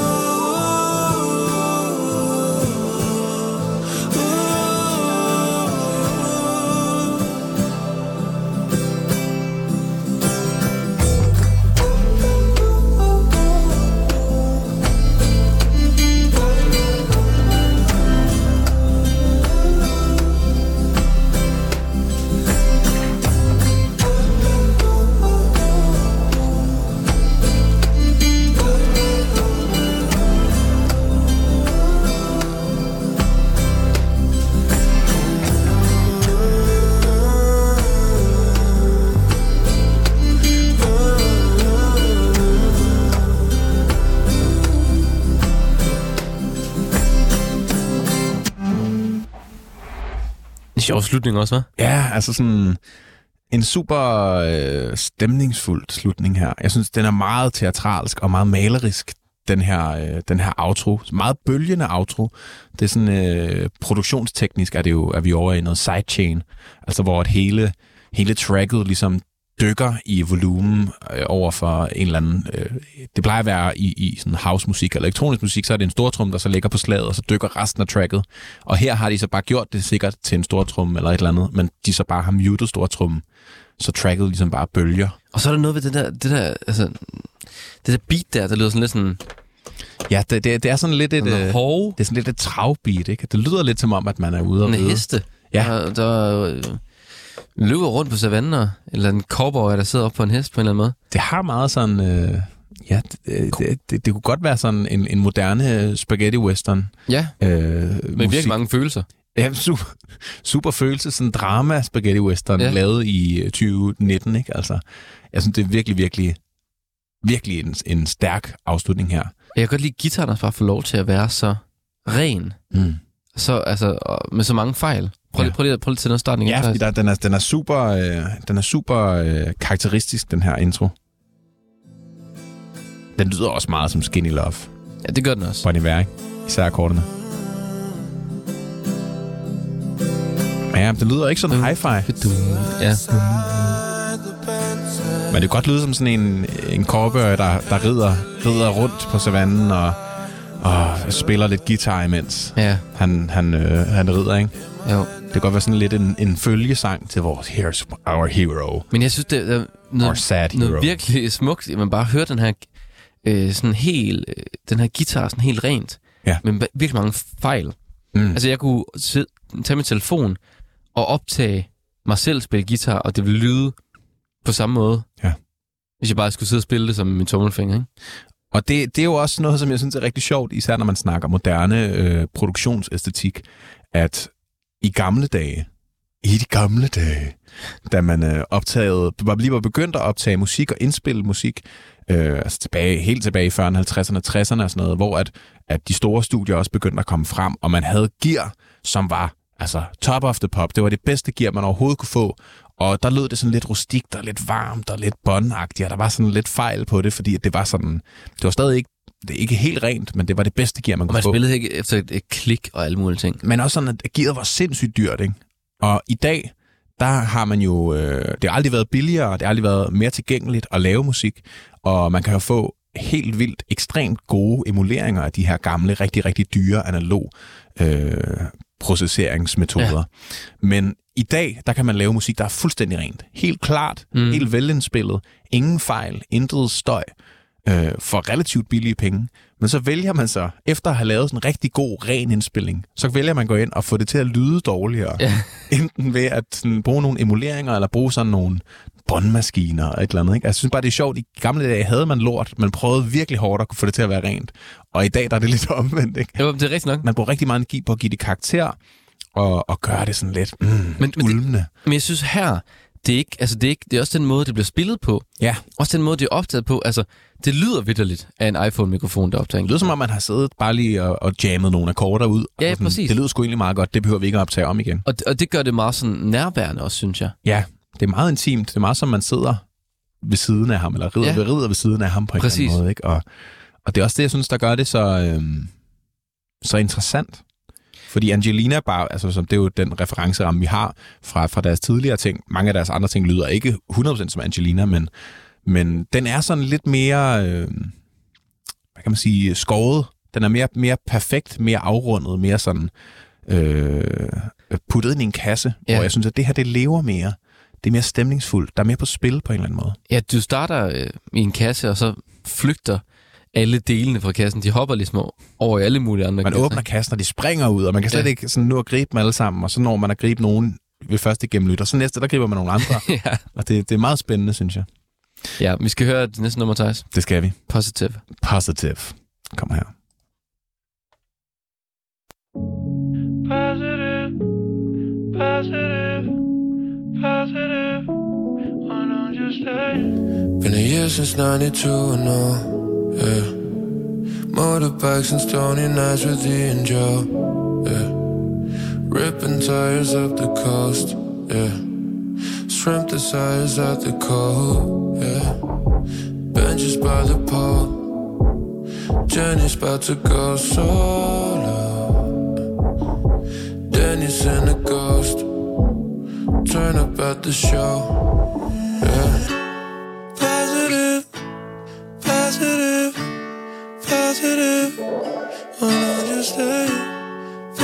En sjov slutning også, hva'? Ja, altså sådan en super øh, stemningsfuld slutning her. Jeg synes, den er meget teatralsk og meget malerisk, den her, øh, den her outro. Meget bølgende outro. Det er sådan, øh, produktionsteknisk er, det jo, er vi over i noget sidechain, altså hvor et hele, hele tracket ligesom dykker i volumen øh, over for en eller anden... Øh, det plejer at være i, i sådan house-musik eller elektronisk musik, så er det en stortrum, der så ligger på slaget, og så dykker resten af tracket. Og her har de så bare gjort det sikkert til en stortrum eller et eller andet, men de så bare har muted stortrummen, så tracket ligesom bare bølger. Og så er der noget ved det der, det der, altså, det der beat der, der lyder sådan lidt sådan... Ja, det, det, det er sådan lidt et, Noget øh, hove. det er sådan lidt et travbeat, ikke? Det lyder lidt som om, at man er ude og En ride. heste, Ja. der, der øh, løber rundt på savannen, eller en cowboy, der sidder op på en hest på en eller anden måde. Det har meget sådan... Øh, ja, det, det, det, det kunne godt være sådan en, en moderne spaghetti-western. Ja, Øh, med virkelig mange følelser. Ja, super, super følelse, sådan drama spaghetti western, ja. Ja. Lavet i tyve nitten, ikke? Altså, jeg synes, det er virkelig, virkelig, virkelig en, en stærk afslutning her. Jeg kan godt lide, at guitaren bare får lov til at være så ren, Mm. så, altså, og med så mange fejl. Prøv, Ja. ja. prøv lige, prøv lige til noget starten igen. Ja, fordi der, den, er, den er super, øh, den er super øh, karakteristisk, den her intro. Den lyder også meget som Skinny Love. Ja, det gør den også. Bon Iver, ikke? Især akkorderne. Ja, det lyder ikke sådan hi-fi. Ja. Men det kan godt lyde som sådan en, en cowboy, der, der rider, rider rundt på savannen og, og spiller lidt guitar imens Ja, han, han, øh, han rider, ikke? jo. Det kan godt være sådan lidt en, en følgesang til vores Here's Our Hero. Men jeg synes, det er Our noget, sad hero. noget virkelig smukt, at man bare hører den her, øh, sådan helt, øh, den her guitar sådan helt rent, Ja. men ba- virkelig mange fejl. Mm. Altså, jeg kunne sidde, tage min telefon og optage mig selv spille guitar, og det ville lyde på samme måde. Ja. Hvis jeg bare skulle sidde og spille det som min tommelfinger, ikke? Og det, det er jo også noget, som jeg synes er rigtig sjovt, især når man snakker moderne øh, produktionsæstetik, at i gamle dage, i de gamle dage, da man øh, optagede, var lige var begyndt at optage musik og indspille musik, øh, altså tilbage, helt tilbage i fyrrerne, halvtredserne, tresserne og sådan noget, hvor at, at de store studier også begyndte at komme frem, og man havde gear, som var altså top of the pop. Det var det bedste gear, man overhovedet kunne få. Og der lød det sådan lidt rustikt og lidt varmt og lidt båndagtigt, og der var sådan lidt fejl på det, fordi det var sådan, det var stadig ikke, det er ikke helt rent, men det var det bedste gear, man Og kunne man få. spillede ikke efter et, et klik og alle mulige ting. Men også sådan, at gearet var sindssygt dyrt, ikke? Og i dag, der har man jo, øh, det har aldrig været billigere, det har aldrig været mere tilgængeligt at lave musik, og man kan jo få helt vildt, ekstremt gode emuleringer af de her gamle, rigtig, rigtig dyre analog øh, processeringsmetoder. Ja. Men i dag, der kan man lave musik, der er fuldstændig rent. Helt klart, mm. helt velindspillet, ingen fejl, intet støj, øh, for relativt billige penge. Men så vælger man så, efter at have lavet sådan en rigtig god, ren indspilling, så vælger man gå ind og få det til at lyde dårligere. Ja. Enten ved at sådan, bruge nogle emuleringer, eller bruge sådan nogle båndmaskiner og et eller andet. Ikke? Jeg synes bare, det er sjovt. I gamle dage havde man lort. Man prøvede virkelig hårdt at kunne få det til at være rent. Og i dag, der er det lidt omvendt. Ikke? Jo, det er rigtigt nok. Man bruger rigtig meget energi på at give det karakter, og, og gøre det sådan lidt mm, men, men ulmende. Det, men jeg synes her, det er, ikke, altså det, er ikke, det er også den måde, det bliver spillet på. Ja. Også den måde, det er optaget på. Altså, det lyder vitterligt af en iPhone-mikrofon, der optager. Det lyder som om, man har siddet bare lige og, og jammet nogle akkorder ud. Ja, og sådan, præcis. Det lyder sgu egentlig meget godt. Det behøver vi ikke at optage om igen. Og, og det gør det meget sådan nærværende også, synes jeg. Ja, det er meget intimt. Det er meget som, man sidder ved siden af ham, eller rider, ja. rider ved siden af ham på en Præcis. eller anden måde. Ikke? Og, og det er også det, jeg synes, der gør det så, øhm, så interessant. Fordi Angelina bare, altså som det er jo den referenceramme, vi har fra, fra deres tidligere ting. Mange af deres andre ting lyder ikke hundrede procent som Angelina, men, men den er sådan lidt mere, øh, hvad kan man sige, skåret. Den er mere, mere perfekt, mere afrundet, mere sådan øh, puttet ind i en kasse, ja. Hvor jeg synes, at det her, det lever mere. Det er mere stemningsfuldt. Der er mere på spil på en eller anden måde. Ja, du starter øh, i en kasse, og så flygter alle delene fra kassen. De hopper ligesom over i alle mulige andre Man kasser. åbner kassen, og de springer ud, og man kan slet ja. ikke sådan nu at gribe dem alle sammen, og så når man at gribe nogen ved første gennemlyt, og så næste, der griber man nogle andre. Ja. Og det, det er meget spændende, synes jeg. Ja, vi skal høre det næste nummer, Thijs. Det skal vi. Positive. Positive. Kom her. Positive, positive, positive. Why don't you stay? Been a year since ninety-two and all, yeah. Motorbikes and stony nights with you and Joe, yeah. Ripping tires up the coast, yeah. Shrimp the size out the cold, yeah. Benches by the pole. Jenny's about to go solo. Denny's in a ghost. Turn up at the show, yeah. Positive, positive, positive. Why don't you stay?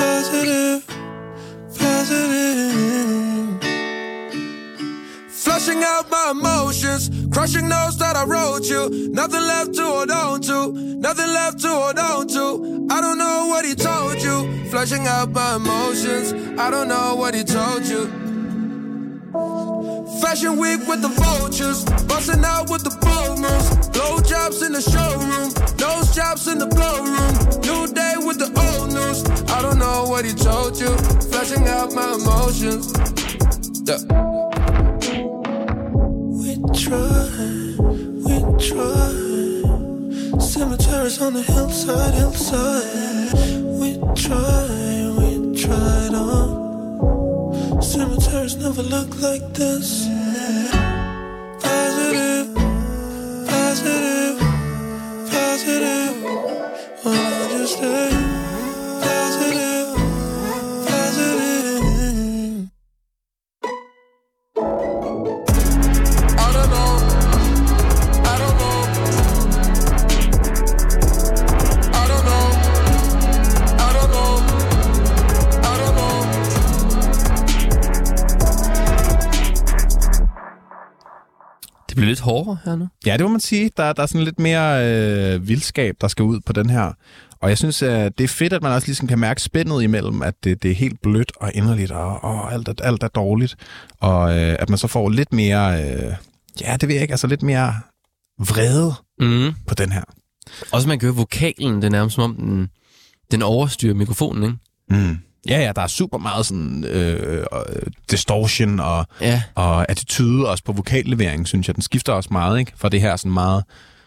Positive, positive. Flushing fleshing out my emotions, crushing those that I wrote you. Nothing left to hold on to, nothing left to hold on to. I don't know what he told you. Fleshing out my emotions, I don't know what he told you. Fashion week with the vultures, busting out with the bold moves. Blow jobs in the showroom, nose jobs in the blowroom. New day with the old news. I don't know what he told you. Fleshing out my emotions. Yeah. We try, we try. Cemeteries on the hillside, hillside. We try, we tried on. Cemeteries never look like this. Positive, positive, positive. Why not just stay positive, positive? I don't know, I don't know, I don't know, I don't know, I don't know. Det bliver lidt hårdere her nu. Ja, det må man sige. Der, der er sådan lidt mere øh, vildskab, der skal ud på den her. Og jeg synes, at det er fedt, at man også ligesom kan mærke spændet imellem, at det, det er helt blødt og inderligt, og, og alt, er, alt er dårligt. Og øh, at man så får lidt mere, øh, ja, det ved jeg ikke, altså lidt mere vrede Mm. på den her. Også man kan høre vokalen, det er nærmest som om den, den overstyrer mikrofonen, ikke? Mm. Ja, ja, der er super meget sådan øh, distortion og, Ja. og attitude også på vokalleveringen, synes jeg. Den skifter også meget, ikke? Fra det her sådan meget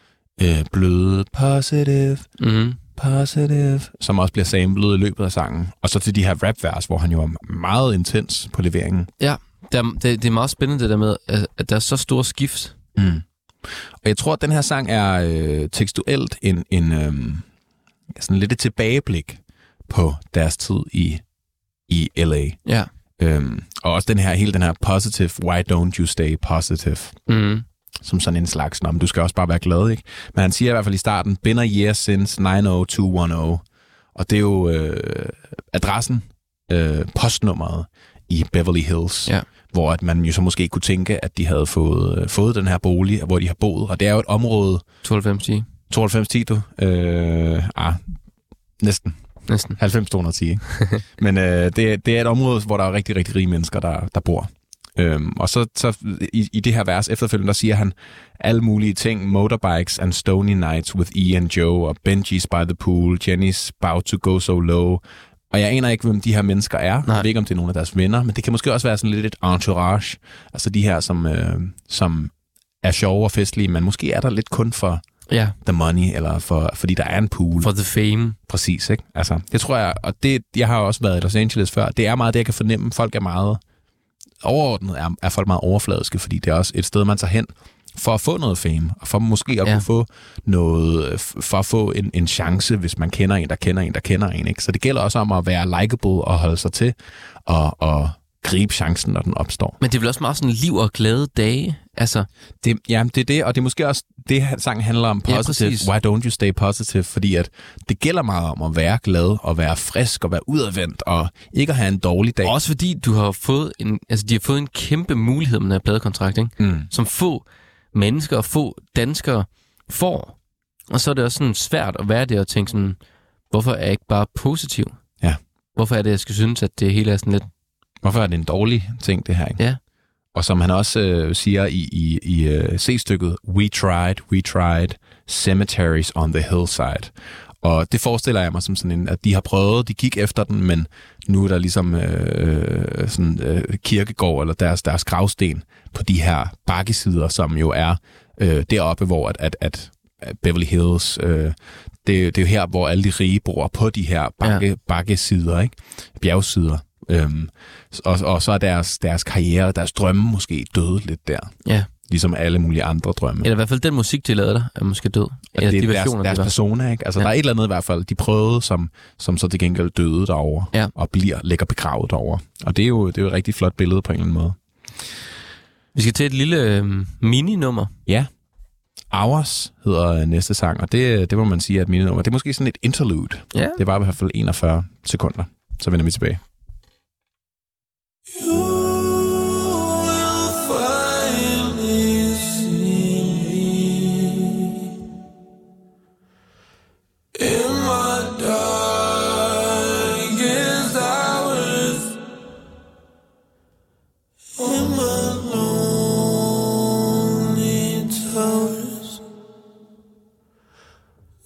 øh, bløde, positive, Mm. positive, som også bliver samlet i løbet af sangen. Og så til de her rapvers, hvor han jo er meget intens på leveringen. Ja, der, det, det er meget spændende det der med, at, at der er så store skift. Mm. Og jeg tror, at den her sang er øh, tekstuelt en, en øh, sådan lidt et tilbageblik på deres tid i, i L A. Ja. Øhm, og også den her, hele den her positive, why don't you stay positive, Mm. som sådan en slags, nå, men du skal også bare være glad, ikke? Men han siger i hvert fald i starten, been a year since nine oh two one oh, og det er jo øh, adressen, øh, postnummeret i Beverly Hills, Ja. hvor at man jo så måske kunne tænke, at de havde fået, øh, fået den her bolig, hvor de har boet, og det er jo et område, tooghalvfems ti. tooghalvfems ti du, øh, ah, næsten. Næsten. halvfems to hundrede og ti, ikke? Men øh, det, det er et område, hvor der er rigtig, rigtig rige mennesker, der, der bor. Øhm, og så, så i, i det her vers efterfølgende, der siger han alle mulige ting. Motorbikes and stony nights with E and Joe, og Benji's by the pool, Jenny's about to go so low. Og jeg aner ikke, hvem de her mennesker er. Nej. Jeg ved ikke, om det er nogle af deres venner, men det kan måske også være sådan lidt et entourage. Altså de her, som, øh, som er sjove og festlige, men måske er der lidt kun for Ja, the money, eller for, fordi der er en pool. for the fame. Præcis, ikke? Altså, det tror jeg, og det, jeg har også været i Los Angeles før, det er meget det, jeg kan fornemme. Folk er meget overordnet, er, er folk meget overfladiske, fordi det er også et sted, man tager hen for at få noget fame, og for måske at Ja. kunne få noget, for at få en, en chance, hvis man kender en, der kender en, der kender en, ikke? Så det gælder også om at være likable og holde sig til, og, og gribe chancen, når den opstår. Men det er vel også meget sådan liv og glade dage. Altså, Det, ja, det er det, og det er måske også det, sangen handler om, Ja, positive. præcis. Why don't you stay positive? Fordi at det gælder meget om at være glad, og være frisk, og være udadvendt, og ikke at have en dårlig dag. også fordi du har fået en, altså de har fået en kæmpe mulighed med den her pladekontrakt, ikke? Mm. Som få mennesker og få danskere får. Og så er det også sådan svært at være der og tænke sådan, hvorfor er jeg ikke bare positiv? Ja. Hvorfor er det, jeg skal synes, at det hele er sådan lidt... Hvorfor er det en dårlig ting, det her, ikke? Ja. Og som han også øh, siger i, i, i øh, C-stykket, we tried, we tried, cemeteries on the hillside. Og det forestiller jeg mig som sådan en, at de har prøvet, de gik efter den, men nu er der ligesom øh, sådan øh, kirkegård, eller deres, deres gravsten på de her bakkesider, som jo er øh, deroppe, hvor at, at, at Beverly Hills, øh, det, det er jo her, hvor alle de rige bor, på de her bakke, Ja. bakkesider, ikke? Bjergsider. Øhm, og, og så er deres, deres karriere, deres drømme måske døde lidt der. Ja. Ligesom alle mulige andre drømme. Eller i hvert fald den musik, de lavede der, er måske død. Eller det de er deres, versioner, deres de var. persona, ikke? Altså, Ja. der er et eller andet i hvert fald, de prøvede, som, som så til gengæld døde derovre, Ja. og bliver, ligger begravet derovre. Og det er, jo, det er jo et rigtig flot billede på en eller anden måde. Vi skal til et lille øh, mini-nummer. Ja. Hours hedder næste sang, og det, det må man sige er et minenummer. Det er måske sådan et interlude. Ja. Det var i hvert fald enogfyrre sekunder. Så vender vi tilbage. You will find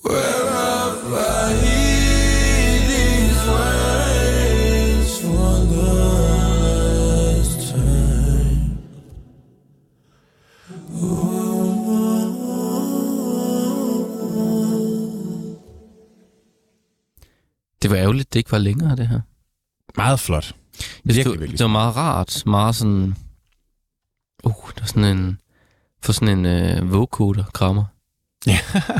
Wherever I hear these words for the last time. Det var ærgerligt, det ikke var længere, det her. Meget flot. Virkelig, Virkelig, det, virkelig. det var meget rart, meget sådan... Uh, det var sådan en... For sådan en øh, vocoder-krammer. Ja,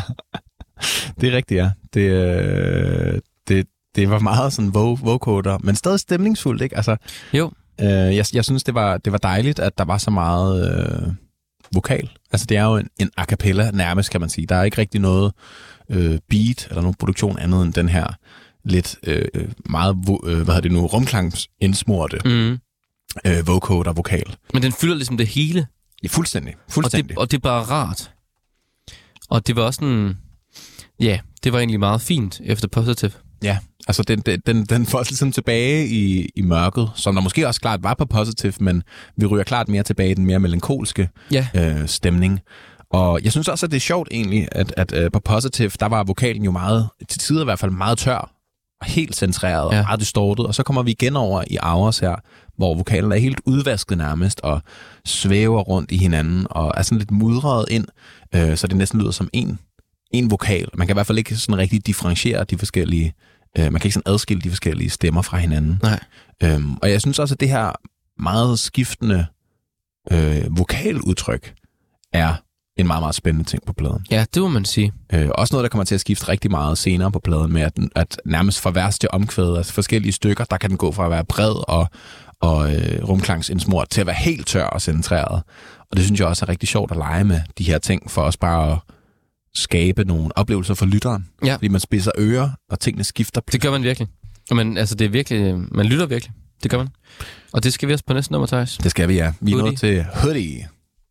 det er rigtigt, ja. Det, øh, det, det var meget sådan vo- vocoder, men stadig stemningsfuldt, ikke? Altså, Jo. øh, jeg, jeg synes, det var, det var dejligt, at der var så meget øh, vokal. Altså, det er jo en, en a cappella nærmest, kan man sige. Der er ikke rigtig noget øh, beat eller nogen produktion andet end den her lidt øh, meget, vo- øh, hvad hedder det nu, rumklangsindsmurte Mm. øh, vocoder-vokal. Men den fylder ligesom det hele. Ja, fuldstændig. Og fuldstændig. det, og det er bare rart. Og det var også sådan... Ja, det var egentlig meget fint efter Positive. Ja, altså den, den, den, den får os ligesom tilbage i, i mørket, som der måske også klart var på Positive, men vi ryger klart mere tilbage i den mere melankolske Ja. øh, stemning. Og jeg synes også, at det er sjovt egentlig, at, at øh, på Positive, der var vokalen jo meget, til tider i hvert fald meget tør, og helt centreret Ja. og meget distortet. Og så kommer vi igen over i Hours her, hvor vokalen er helt udvasket nærmest, og svæver rundt i hinanden, og er sådan lidt mudret ind, øh, så det næsten lyder som en, en vokal. Man kan i hvert fald ikke sådan rigtig differentiere de forskellige, øh, man kan ikke sådan adskille de forskellige stemmer fra hinanden. Nej. Øhm, og jeg synes også, at det her meget skiftende øh, vokaludtryk er en meget, meget spændende ting på pladen. Ja, det må man sige. Øh, også noget, der kommer til at skifte rigtig meget senere på pladen, med at, at nærmest fra vers til omkvæd, altså forskellige stykker, der kan den gå fra at være bred og, og øh, rumklangsindsmurt til at være helt tør og centreret. Og det synes jeg også er rigtig sjovt at lege med de her ting, for os bare at skabe nogle oplevelser for lytteren. Ja. Fordi man spidser ører, og tingene skifter. Det gør man virkelig. Men altså, det er virkelig... Man lytter virkelig. Det gør man. Og det skal vi også på næste nummer, Thijs. Det skal vi, ja. Vi er Hoodie. nået til Hoodie.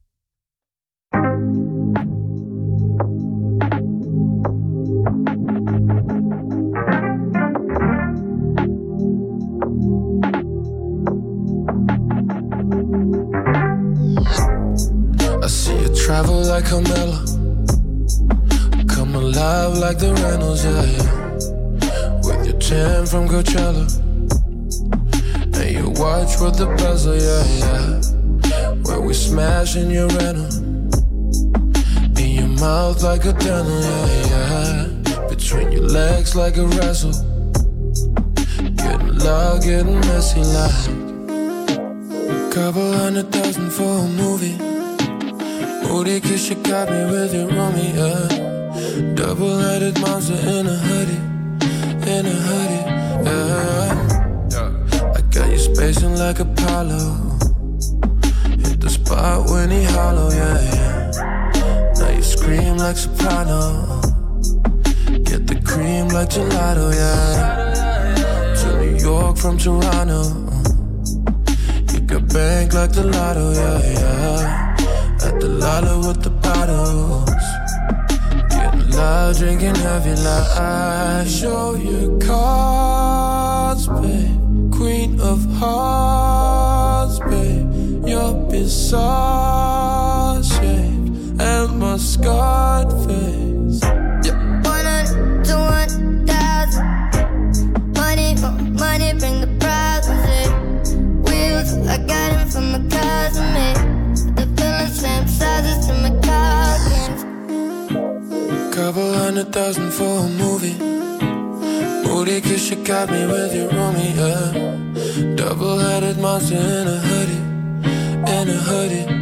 I see you travel like Carmela, come alive like the Reynolds, yeah, yeah. With your tan from Coachella, and you watch with the bezel, yeah, yeah. Where we smash in your rental, in your mouth like a dental, yeah, yeah. Between your legs like a wrestle, getting loud, getting messy like a couple hundred thousand for a movie. Booty kiss, you got me with your roomie, yeah. Double-headed monster in a hoodie, in a hoodie, yeah. I got you spacing like Apollo. Hit the spot when he hollow, yeah, yeah. Now you scream like soprano. Get the cream like gelato, yeah. To New York from Toronto. You got bank like the lotto, yeah, yeah. At the Lala with the bottles, getting loud, drinking heavy like show your cards, babe. Queen of hearts, babe. Your bizarre shape and my scarred face. One hundred to one thousand. Money for money, bring the problems in. Wheels, I got them from my cousin, man. Same sizes to my cousins. Couple hundred thousand for a movie. Booty kiss, you got me with your roomie, yeah. Double-headed monster in a hoodie, in a hoodie.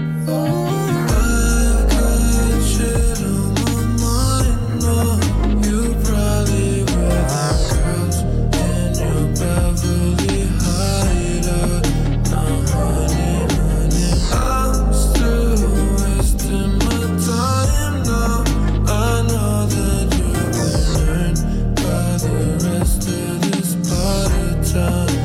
I got shit on my mind, no. You probably with the girls in your Beverly hideout. Now, honey, honey, I'm still wasting my time now. I know that you've been earned by the rest of this party time.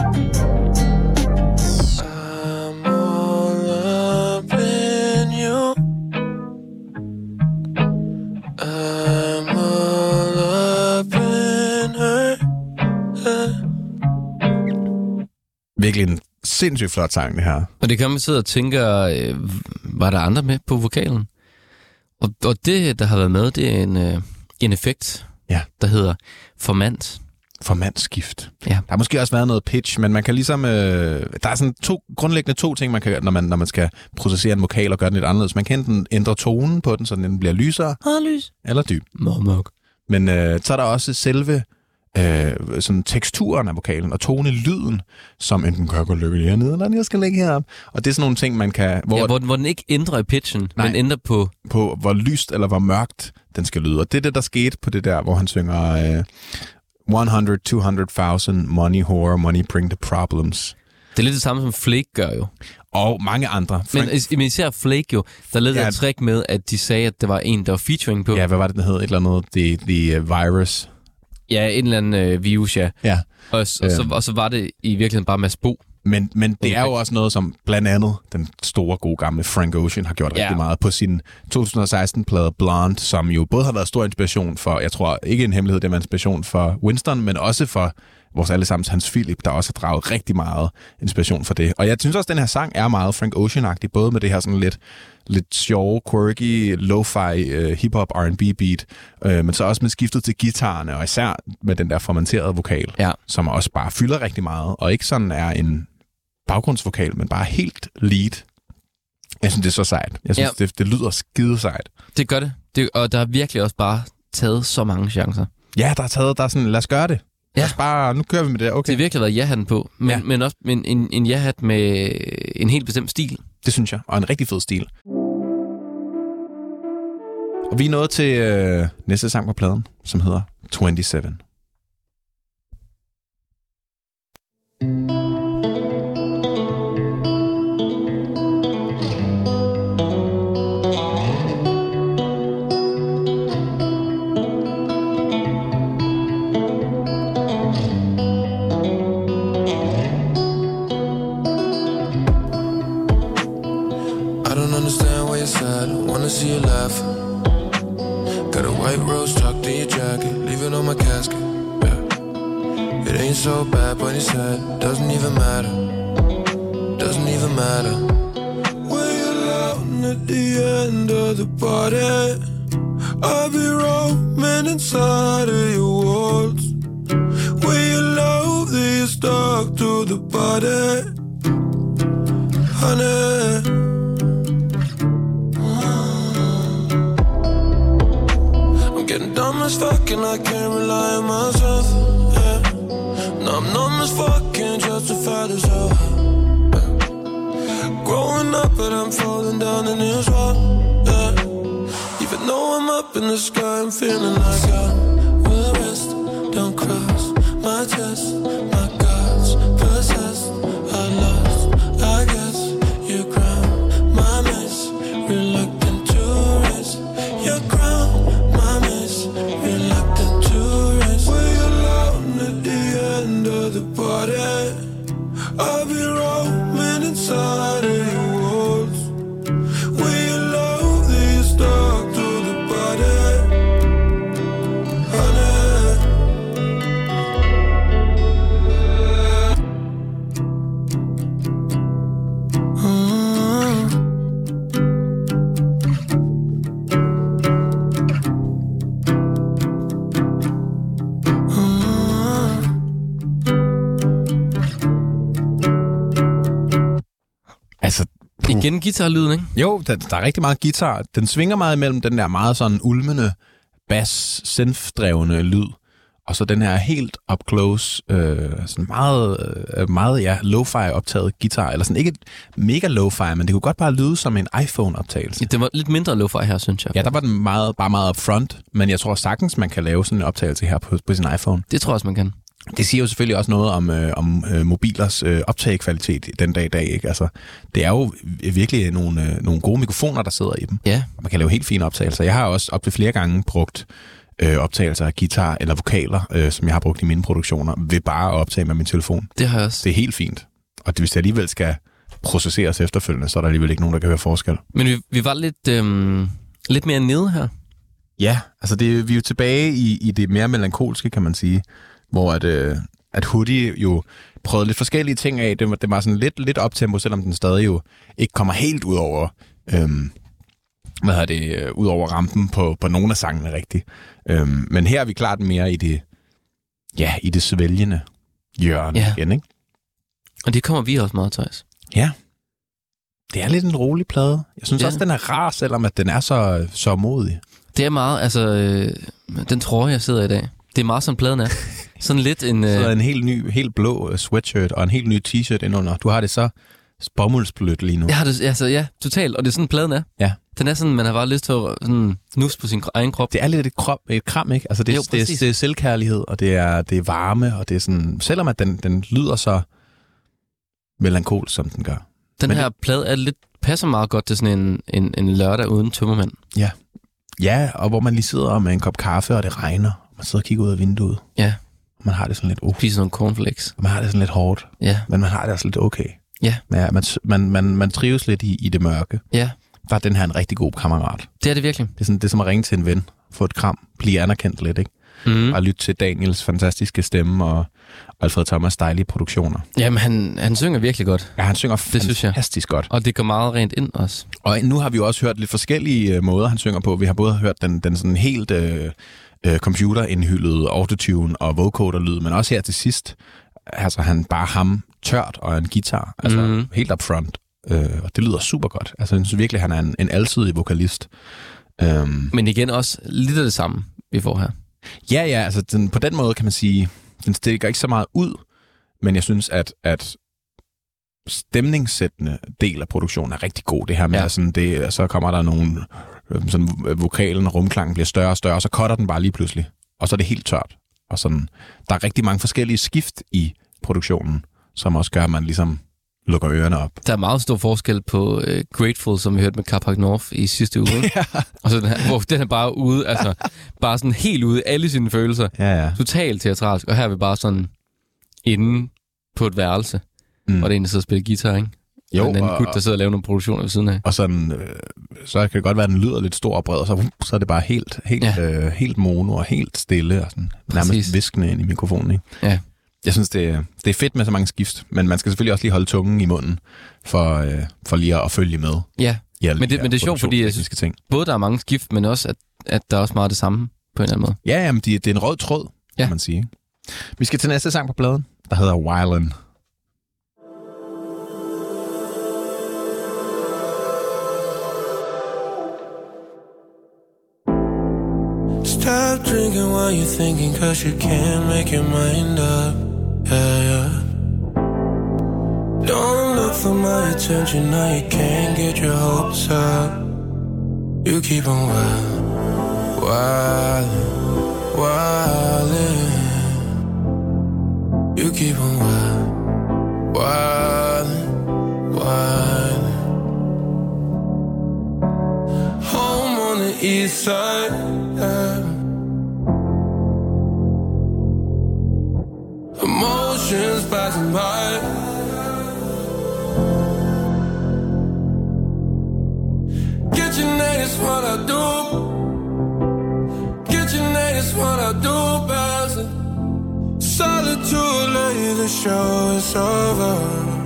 I'm all up in you. I'm all up in her. Virkelig en sindssygt flot sang, det her. Og det kan man sidde og tænke, øh, var der andre med på vokalen? Og, og det, der har været med, det er en, øh, en effekt, ja. der hedder formant. Formandsskift. Ja. Der har måske også været noget pitch, men man kan ligesom... Øh, der er sådan to grundlæggende to ting, man kan gøre, når man, når man skal processere en vokal og gøre den lidt anderledes. Man kan enten ændre tonen på den, så den bliver lysere. Ah, lys. Eller dyb. Mørk. Men øh, så er der også selve øh, sådan teksturen af vokalen og tonelyden, som enten kan gå lykke hernede, eller jeg skal lægge herop. Og det er sådan nogle ting, man kan... Hvor, ja, hvor, den, hvor den ikke ændrer i pitchen, nej, men ændrer på... på hvor lyst eller hvor mørkt den skal lyde. Og det er det, der skete på det der, hvor han synger... Øh, hundrede, to hundred thousand, money whore, money bring the problems. Det er lidt det samme, som Flake gør jo. Og mange andre. Frank... Men, men især Flake jo, der lavede ja. et trick med, at de sagde, at der var en, der var featuring på. Ja, hvad var det, den hed? Et eller andet, The, the uh, Virus. Ja, en eller anden øh, virus, ja. Ja. Og, og, så, og så var det i virkeligheden bare Mads Bo. Men, men det er jo også noget, som blandt andet den store, gode gamle Frank Ocean har gjort rigtig ja. meget på sin to tusind og seksten-plade Blonde, som jo både har været stor inspiration for, jeg tror ikke en hemmelighed, det var inspiration for Winston, men også for vores allesammens Hans Philip, der også har draget rigtig meget inspiration for det. Og jeg synes også, at den her sang er meget Frank Ocean-agtig, både med det her sådan lidt, lidt sjove, quirky, lo-fi, uh, hip-hop, R and B beat, uh, men så også med skiftet til guitarerne, og især med den der formanterede vokal, ja. som også bare fylder rigtig meget, og ikke sådan er en baggrundsvokal, men bare helt lead. Jeg synes, det er så sejt. Jeg synes, ja. det, det lyder skide sejt. Det gør det. det. Og der har virkelig også bare taget så mange chancer. Ja, der er taget, der er sådan, lad os gøre det. Ja. Lad os bare, nu kører vi med det. Okay. Det har virkelig været ja-hatten på, men, ja. men også en, en, en ja-hat med en helt bestemt stil. Det synes jeg, og en rigtig fed stil. Og vi er nået til øh, næste sang på pladen, som hedder tyve-syv. See you laugh. Got a white rose tucked in your jacket, leaving on my casket. Yeah. It ain't so bad, but it's sad. Doesn't even matter. Doesn't even matter. We're alone at the end of the party. I'll be roaming inside of your walls. We love that you're stuck to the body, honey. Dumb as fuck and I can't rely on myself, yeah. No, I'm numb as fuck, can't justify this all, yeah. Growing up but I'm falling down in this wall, yeah. Even though I'm up in the sky, I'm feeling like I will rest. Don't cross my chest, my God's possessed. I lost, I guess, your crown, my mess. Reluctant to rest, your crown, my mess. Reluctant to rest. We're alone at the end of the party. I'll be roaming inside of your walls. We're alone, they're stuck to the body, honey. Mm-hmm. Altså, igen guitarlyden, ikke? Jo, der, der er rigtig meget guitar. Den svinger meget imellem den der meget sådan ulmende, bass, synth-drevne lyd, og så den her helt up close, øh, sådan meget, øh, meget ja, lo-fi optaget guitar, eller sådan ikke mega lo-fi, men det kunne godt bare lyde som en iPhone-optagelse. Ja, det var lidt mindre lo-fi her, synes jeg. Ja, der var den meget, bare meget up front, men jeg tror sagtens, man kan lave sådan en optagelse her på, på sin iPhone. Det tror jeg også, man kan. Det siger jo selvfølgelig også noget om, øh, om øh, mobilers øh, optagekvalitet den dag i dag, ikke? Altså, det er jo virkelig nogle, øh, nogle gode mikrofoner, der sidder i dem. Ja. Man kan lave helt fine optagelser. Jeg har også op til flere gange brugt øh, optagelser af guitar eller vokaler, øh, som jeg har brugt i mine produktioner, ved bare at optage med min telefon. Det har jeg også. Det er helt fint. Og hvis det alligevel skal processeres efterfølgende, så er der alligevel ikke nogen, der kan høre forskel. Men vi, vi var lidt, øh, lidt mere nede her. Ja, altså det, vi er jo tilbage i, i det mere melankolske, kan man sige, hvor at, øh, at Hoodie jo prøvede lidt forskellige ting af. Det var, det var sådan lidt, lidt optempo, selvom den stadig jo ikke kommer helt ud over, øhm, hvad hedder det, øh, ud over rampen på, på nogle af sangene rigtigt. Øhm, men her er vi klart mere i det, ja, i det svælgende hjørne ja. igen, ikke? Og det kommer vi også meget, Thijs. Ja. Det er lidt en rolig plade. Jeg synes ja. også, den er rar, selvom at den er så, så modig. Det er meget, altså, øh, den trøje, jeg sidder i dag, det er meget sådan pladen er. Sådan lidt en... Øh... Så en helt ny, helt blå sweatshirt og en helt ny t-shirt indenunder. Du har det så bomuldsblødt lige nu. Jeg har det, altså, ja, totalt. Og det er sådan, pladen er. Ja. Den er sådan, man har bare lyst til at sådan, nus på sin egen krop. Det er lidt et, krop, et kram, ikke? Altså, det, jo, det, det er selvkærlighed, og det er, det er varme, og det er sådan... Selvom at den, den lyder så melankolsk, som den gør. Den Men her det... plade er lidt, passer meget godt til sådan en, en, en lørdag uden tømmermand. Ja. Ja, og hvor man lige sidder med en kop kaffe, og det regner. Man sidder og kigger ud af vinduet. Ja. Man har det sådan lidt... Uh, Spiser nogle cornflakes. Man har det sådan lidt hårdt. Ja. Men man har det også lidt okay. Ja. Ja, man, man, man, man trives lidt i, i det mørke. Ja. Der er den her en rigtig god kammerat. Det er det virkelig. Det er, sådan, det er som at ringe til en ven. Få et kram. Blive anerkendt lidt, ikke? Mm. Og lytte til Daniels fantastiske stemme og Alfred Thomas' dejlige produktioner. Jamen, han, han synger virkelig godt. Ja, han synger det fantastisk godt. Og det går meget rent ind også. Og nu har vi jo også hørt lidt forskellige måder, han synger på. Vi har både hørt den, den sådan helt øh, øh, computerindhyldede autotune og vocoder-lyd, men også her til sidst, altså han bare ham tørt og en guitar, altså mm. helt up front. Øh, og det lyder super godt. Altså jeg synes virkelig, han er en, en alsidig vokalist. Um, men igen også lidt af det samme, vi får her. Ja, ja, altså den, på den måde kan man sige, den stikker ikke så meget ud, men jeg synes, at, at stemningssættende del af produktionen er rigtig god. Det her med, ja. sådan, det, så kommer der nogle, sådan, vokalen og rumklangen bliver større og større, og så cutter den bare lige pludselig, og så er det helt tørt. Og sådan, der er rigtig mange forskellige skift i produktionen, som også gør, at man ligesom lukker ørerne op. Der er meget stor forskel på uh, Grateful, som vi hørte med Carpark North i sidste uge. ja. Og så den her, hvor den er bare ude, altså bare sådan helt ude, alle sine følelser. Ja, ja. Totalt teatralsk. Og her er vi bare sådan inde på et værelse, mm. hvor det egentlig sidder og spiller guitar, ikke? Jo, og en anden gut, der sidder og laver nogle produktioner ved siden af. Og sådan, øh, så kan det godt være, at den lyder lidt stor og bred, og så, så er det bare helt, helt, ja. øh, helt mono og helt stille, og sådan, nærmest viskende ind i mikrofonen, ikke? Ja. Jeg synes, det, det er fedt med så mange skift, men man skal selvfølgelig også lige holde tungen i munden, for, øh, for lige at følge med. Ja, men det, men det er sjovt, fordi jeg synes, ting. både der er mange skift, men også, at, at der er også meget det samme på en eller anden måde. Ja, jamen, det, det er en rød tråd, ja. kan man sige. Vi skal til næste sang på pladen, der hedder Wildin'. Stop drinking while you're thinking, cause you can't make your mind up, yeah, yeah. Don't look for my attention, now you can't get your hopes up. You keep on wildin', wildin', wildin'. You keep on wildin', wildin', wildin'. Home on the east side, yeah. Emotions passing by. Kitchen aid is what I do. Kitchen aid is what I do best. Solitude, lady, the show is over.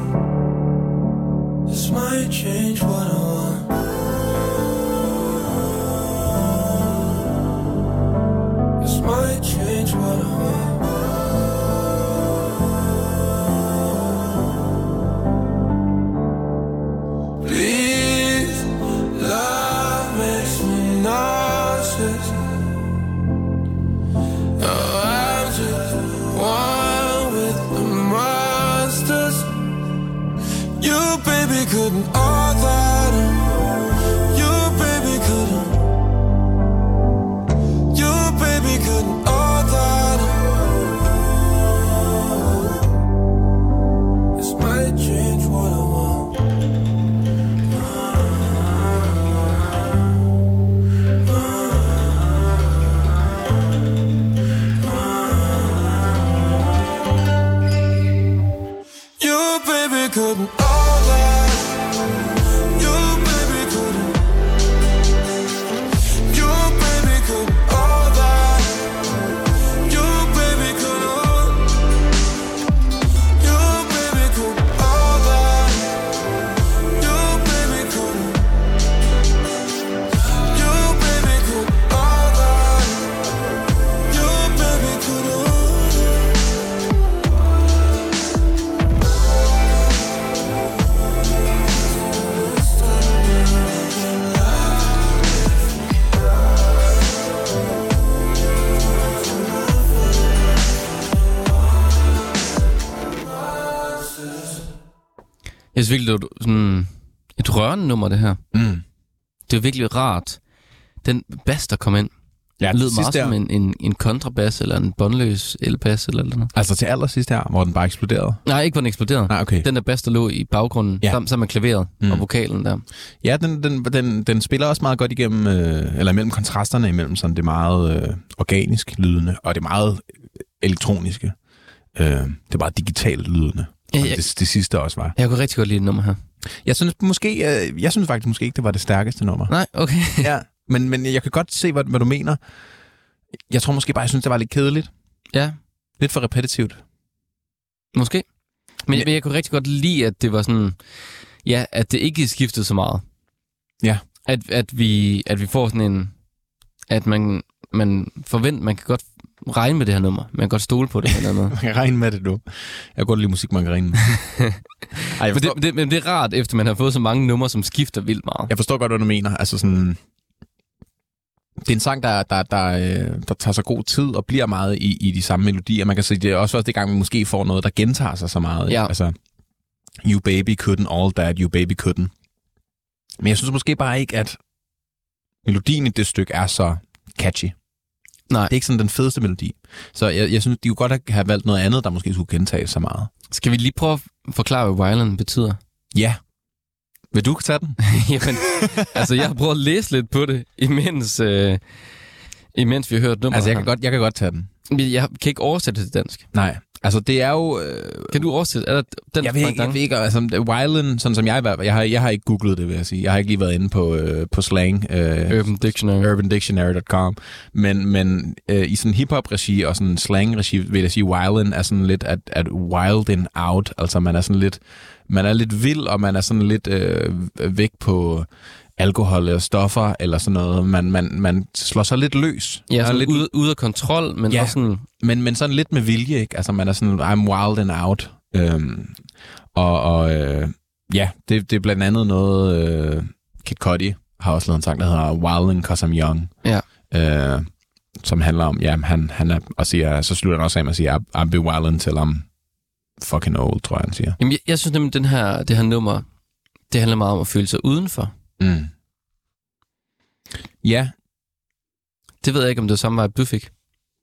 This might change what I want. This might change what I want. Please, love makes me nauseous. Oh, I'm just one with the monsters. You, baby, couldn't order them. You, baby, couldn't. You, baby, couldn't order them. This might change what I want. Couldn't all that. You baby couldn't. You baby couldn't all that. You baby couldn't. You baby couldn't all that. You baby couldn't. Det er virkelig sådan et rørende nummer, det her. Mm. Det er virkelig rart. Den bass, der kom ind, Ja, lød meget der, som en, en, en kontrabass, eller en båndløs elbass, eller noget. altså til allersidst her, hvor den bare eksploderede. Nej, ikke hvor den eksploderede. Nej, okay. Den der bass, der lå i baggrunden, Ja. sammen, sammen med klaveret Mm. og vokalen der. Ja, den, den, den, den spiller også meget godt igennem, øh, eller mellem kontrasterne imellem sådan det meget øh, organisk lydende, og det meget elektroniske. Øh, det er meget digitalt lydende. Ja, Ja, ja. det, det sidste også var. Jeg kunne rigtig godt lide det nummer her. Jeg synes måske, øh, jeg synes faktisk måske ikke, det var det stærkeste nummer. Nej, okay. Ja, men, men jeg kan godt se, hvad, hvad du mener. Jeg tror måske bare, jeg synes, det var lidt kedeligt. Ja, Lidt for repetitivt. måske. Men, Ja. men jeg kunne rigtig godt lide, at det var sådan... Ja, at det ikke skiftede så meget. Ja. At, at, vi, at vi får sådan en... At man, man forventer... Man kan godt regne med det her nummer. Man kan godt stole på det eller noget. Man kan regne med det, du. Jeg kan godt lide musik, man kan regne med. Ej, jeg, Men forstår, det, det, men det er rart, efter man har fået så mange numre, som skifter vildt meget. jeg forstår godt, hvad du mener. Altså sådan... Det er en sang, der, der, der, øh, der tager sig god tid og bliver meget i, i de samme melodier. Man kan sige, det er også første gang, vi måske får noget, der gentager sig så meget. Ja. Altså, you baby couldn't, all that, you baby couldn't. Men jeg synes måske bare ikke, at melodien i det stykke er så catchy. Nej. Det er ikke sådan den fedeste melodi. Så jeg, jeg synes, de kunne godt have valgt noget andet, der måske skulle gentage så meget. Skal vi lige prøve at forklare, hvad Violin betyder? Ja. Vil du tage den? Jamen, altså, jeg har prøvet at læse lidt på det, imens, øh, imens vi har hørt nummeret. Altså, jeg kan, godt, jeg kan godt tage den. godt... Jeg kan ikke oversætte det til dansk. Nej. Altså, det er jo... Øh, Kan du oversætte? Er der den jeg ved ikke, jeg ved ikke altså, Violin, sådan som jeg var, jeg har, jeg har ikke googlet det, vil jeg sige. Jeg har ikke lige været inde på, øh, på slang. Øh, Urban Dictionary. urban dictionary punktum com. Men, men øh, i sådan hip-hop-regi og sådan slang-regi, vil jeg sige, Violin er sådan lidt at, at wildin out. Altså, man er sådan lidt... Man er lidt vild, og man er sådan lidt øh, væk på alkohol eller stoffer, eller sådan noget. Man, man, man slår sig lidt løs. Ja, Man er sådan lidt, ude, ude af kontrol, men Ja. også sådan... men, men sådan lidt med vilje, ikke? Altså, man er sådan, I'm wild and out. Øhm, og og øh, ja, det, det er blandt andet noget... Øh, Kid Cudi har også lavet en sang, der hedder Wildin' Cause I'm Young. Ja. Øh, som handler om, ja, han, han er, og siger, så slutter han også af med at sige, I'll be wildin' till I'm fucking old, tror jeg, han siger. Jamen, jeg, jeg synes nemlig, den her, det her nummer, det handler meget om at føle sig udenfor. Mm. Ja, Det ved jeg ikke, om det er samme vibe, du fik.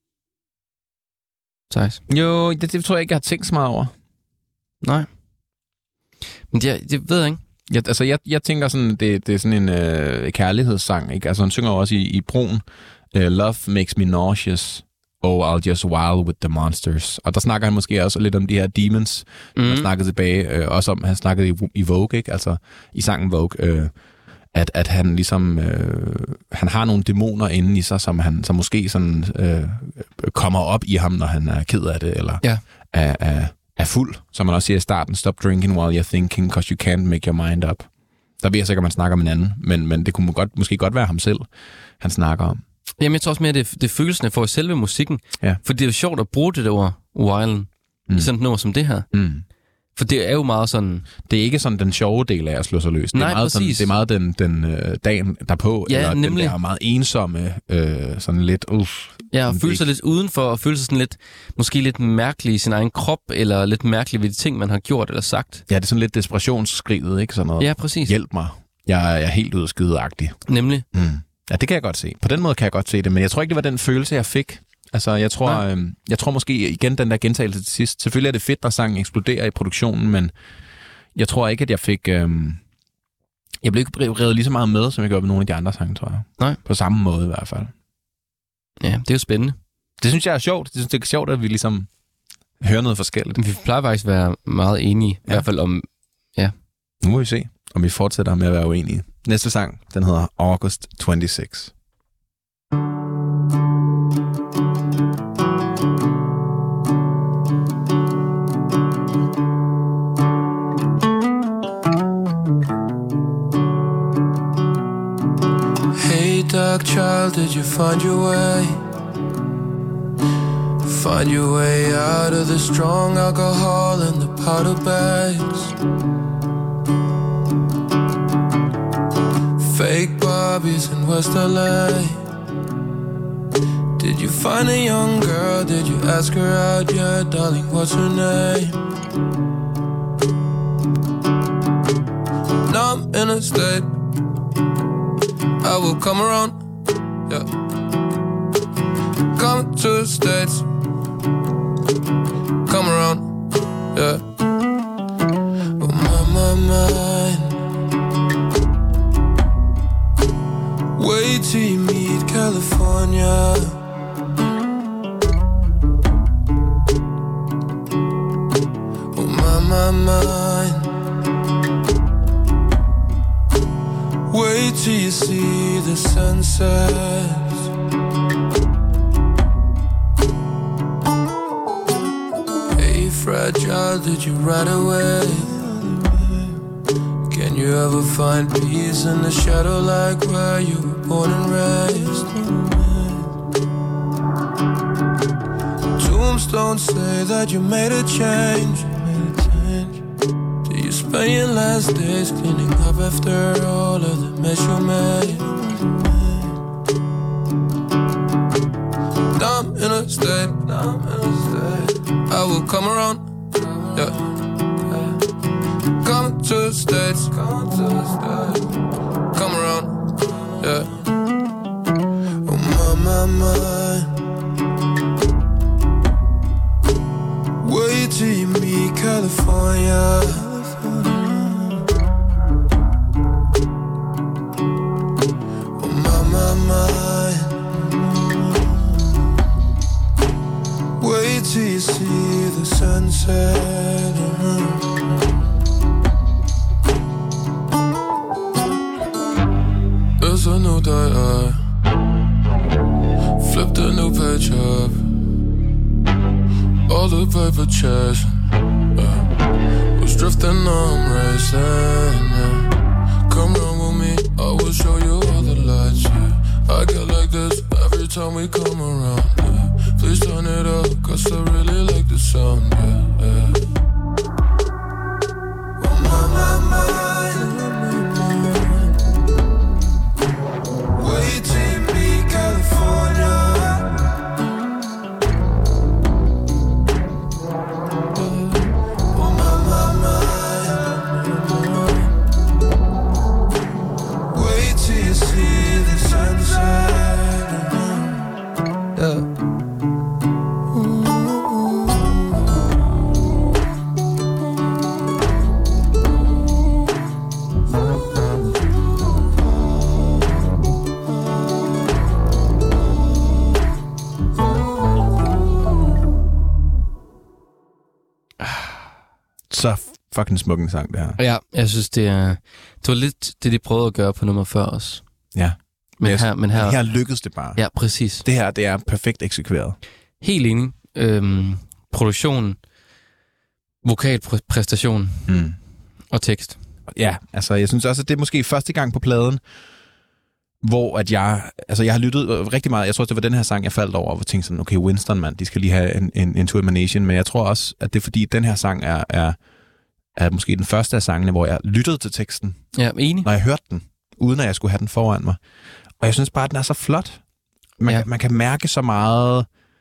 Thijs. jo, det, det tror jeg ikke, jeg har tænkt så meget over. Nej. Men det, det ved jeg ikke. Jeg, altså, jeg, jeg tænker sådan, det, det er sådan en øh, kærlighedssang, ikke? Altså, han synger også i, i broen, uh, Love makes me nauseous, oh, I'll just wild with the monsters. Og der snakker han måske også lidt om de her demons, mm. Mhm. han snakkede tilbage, øh, også om, han snakkede i, i Vogue, ikke? Altså, i sangen Vogue, øh, at, at han ligesom, øh, han har nogle dæmoner inde i sig, som han, som måske sådan, øh, kommer op i ham, når han er ked af det, eller Ja. er, er, er fuld, som man også siger i starten, stop drinking while you're thinking, cause you can't make your mind up. Der ved jeg sikkert, at man snakker om en anden, men, men det kunne godt, måske godt være ham selv, han snakker om. Jamen, jeg tror også mere, det, det er følelsen, jeg får i selve musikken. Ja. For det er jo sjovt at bruge det der ord, Violin, mm. i sådan et nummer som det her. Mm. For det er jo meget sådan... Det er ikke sådan den sjove del af at slå sig løs. Det er Nej, meget, sådan, præcis. det er meget den, den øh, dagen derpå, Ja, eller nemlig. den der meget ensomme, øh, sådan lidt, uff. Ja, at føle sig ikke- lidt udenfor, og føle sig sådan lidt, måske lidt mærkelig i sin egen krop, eller lidt mærkelig ved de ting, man har gjort eller sagt. Ja, det er sådan lidt desperationsskriget, ikke? Sådan noget. Ja, præcis. Hjælp mig. Jeg, er- jeg er helt ude af skideagtig. Nemlig. Mm. Ja, det kan jeg godt se. På den måde kan jeg godt se det, men jeg tror ikke, det var den følelse, jeg fik. Altså, jeg tror, øh, jeg tror måske igen den der gentagelse til sidst. Selvfølgelig er det fedt, når sangen eksploderer i produktionen, men jeg tror ikke, at jeg fik... Øh, jeg blev ikke revet lige så meget med, som jeg gjorde med nogle af de andre sange, tror jeg. Nej. På samme måde i hvert fald. Ja, det er jo spændende. Det synes jeg er sjovt. Det synes jeg er sjovt, at vi ligesom hører noget forskelligt. Vi plejer faktisk at være meget enige, ja. I hvert fald om... Ja. Nu må vi se, om vi fortsætter med at være uenige. Næste sang, den hedder August twenty-six. Hey, dark child, did you find your way? Find your way out of the strong alcohol and the powder bags. Fake Barbies in West L A. Did you find a young girl? Did you ask her out? Yeah, darling, what's her name? Now I'm in a state. I will come around, yeah. Come to the States. Come around, yeah. Oh my, my, mind. Wait till you meet California. Oh my, my, mind. Wait till you see the sunsets. Hey, fragile, did you ride away? Can you ever find peace in the shadow like where you were born and raised? Tombstones say that you made a change. Spend your last days cleaning up after all of the mess you made. Now I'm in a state, now I'm in a state. I will come around, yeah. Come to the States, come to the States. Come around, yeah. Oh my, my, my. Wait till you meet California. Wait till you see the sunset. There's a new day, I flipped a new page up. All the paper chase, yeah. Was drifting, I'm racing, yeah. Come run with me, I will show you all the lights, yeah. I get like this every time we come around, yeah. Please turn it up, cause I really like the sound, yeah, yeah. Oh my, my, mind. Wait till you meet California. Oh my, my, mind. Wait till you see the sunset, yeah. Så fucking smuk en sang, det her. Ja, jeg synes, det er det var lidt det, de prøvede at gøre på nummer fyrre også. Ja. Men, men her, men her, her lykkedes det bare. Ja, præcis. Det her, det er perfekt eksekveret. Helt enig. Øhm, produktion, vokalpræstation mm. og tekst. Ja, altså jeg synes også, at det er måske første gang på pladen, hvor at jeg, altså jeg har lyttet rigtig meget, jeg tror også, det var den her sang, jeg faldt over, og tænkte sådan, okay, Winston, mand, de skal lige have en, en, en Tour-Emanation, men jeg tror også, at det er fordi, den her sang er, er, er måske den første af sangene, hvor jeg lyttede til teksten. Ja, enig. Når jeg hørte den, uden at jeg skulle have den foran mig. Og jeg synes bare, at den er så flot. Man, ja. kan, man kan mærke så meget,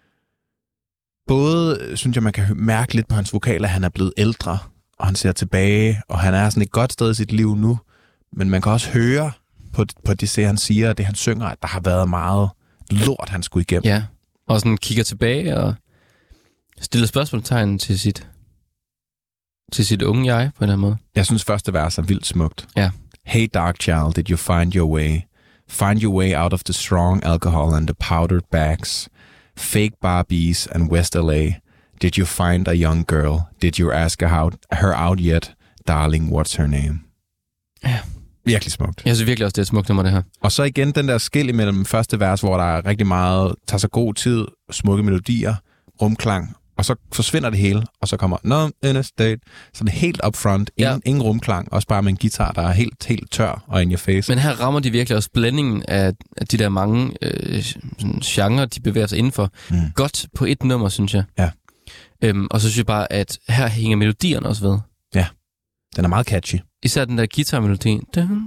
både synes jeg, man kan mærke lidt på hans vokal, at han er blevet ældre, og han ser tilbage, og han er sådan et godt sted i sit liv nu, men man kan også høre på, på det, han siger, og det, han synger, at der har været meget lort, han skulle igennem. Ja, og sådan kigger tilbage og stiller spørgsmålstegn til sit, til sit unge jeg, på en eller anden måde. Jeg synes, første vers er vildt smukt. Ja. Hey dark child, did you find your way? Find your way out of the strong alcohol and the powdered bags. Fake Barbies and West L A. Did you find a young girl? Did you ask her out, her out yet? Darling, what's her name? Ja. Virkelig smukt. Jeg synes virkelig også, det er et smukt nummer, det her. Og så igen den der skil imellem første vers, hvor der er rigtig meget, tager sig god tid, smukke melodier, rumklang, og så forsvinder det hele, og så kommer No in a state, så det er helt upfront, ingen, ja. ingen rumklang, også bare med en guitar, der er helt, helt tør og in your face. Men her rammer de virkelig også blandingen af, af de der mange øh, genrer, de bevæger sig indenfor. Mm. Godt på et nummer, synes jeg. Ja. Øhm, og så synes jeg bare, at her hænger melodierne også ved. Ja, den er meget catchy. Især den der guitar-melodi.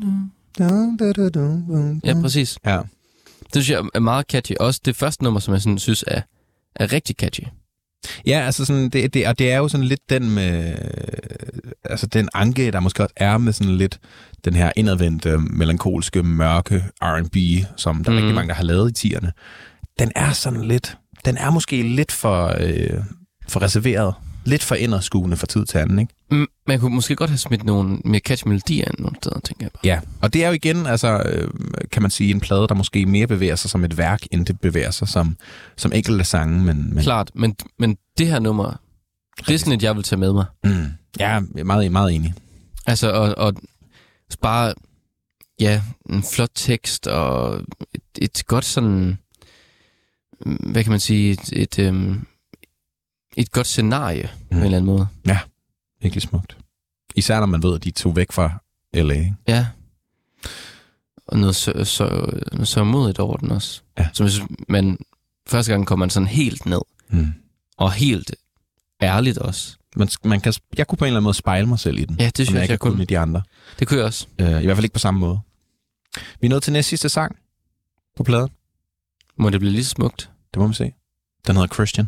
Ja, præcis. Ja. Det synes jeg er meget catchy. Også det første nummer, som jeg sådan, synes er, er rigtig catchy. Ja, altså sådan, det, det, og det er jo sådan lidt den med, altså den anke, der måske også er med sådan lidt den her indadvendte, melankolske, mørke R and B, som der er mm. rigtig mange, der har lavet i tierne. Den er sådan lidt, den er måske lidt for, øh, for reserveret, lidt for inderskuende fra tid til anden, ikke? Mm, man kunne måske godt have smidt nogle mere catchy melodier ind nogle steder, tænker jeg bare. Ja, og det er jo igen, altså, øh, kan man sige, en plade, der måske mere bevæger sig som et værk, end det bevæger sig som, som enkelte sange, men... men... Klart, men, men det her nummer, det er sådan et, jeg vil tage med mig. Mm. Ja, jeg er meget, meget enig. Altså, og, og bare, ja, en flot tekst, og et, et godt sådan, hvad kan man sige, et, et, øhm, et godt scenarie, mm. på en eller anden måde. Ja, virkelig smukt. Især når man ved, at de tog væk fra L A, ikke? Ja. Og noget så, så, noget så modigt over den også. Ja. Som jeg synes, man, første gang kommer man sådan helt ned. Mm. Og helt ærligt også. Man, man kan, jeg kunne på en eller anden måde spejle mig selv i den. Ja, det synes jeg, jeg, jeg kunne. kunne. Med de andre. Det kunne jeg også. Uh, I hvert fald ikke på samme måde. Vi er nået til næste sidste sang på pladen. Må det blive lige så smukt? Det må vi se. Den hedder Christian.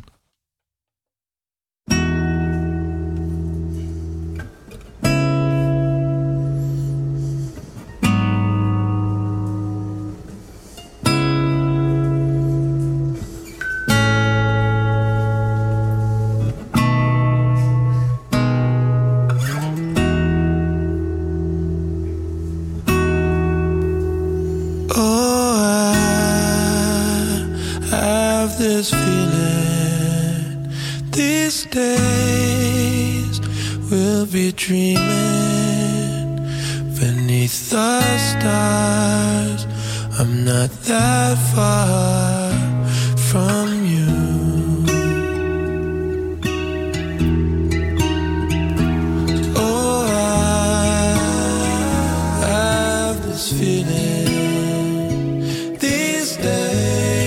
This feeling, these days we'll be dreaming beneath the stars. I'm not that far from you. Oh, I have this feeling, these days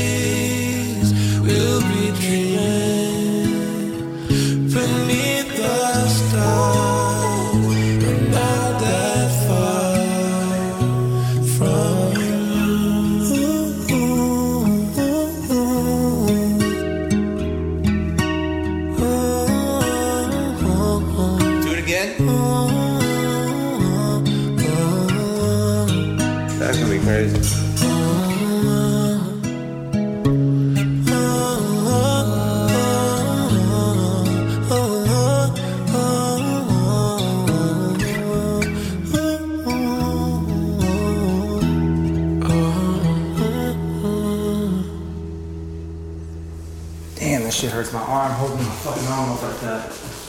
shit hurts my arm holding my fucking arm up like that.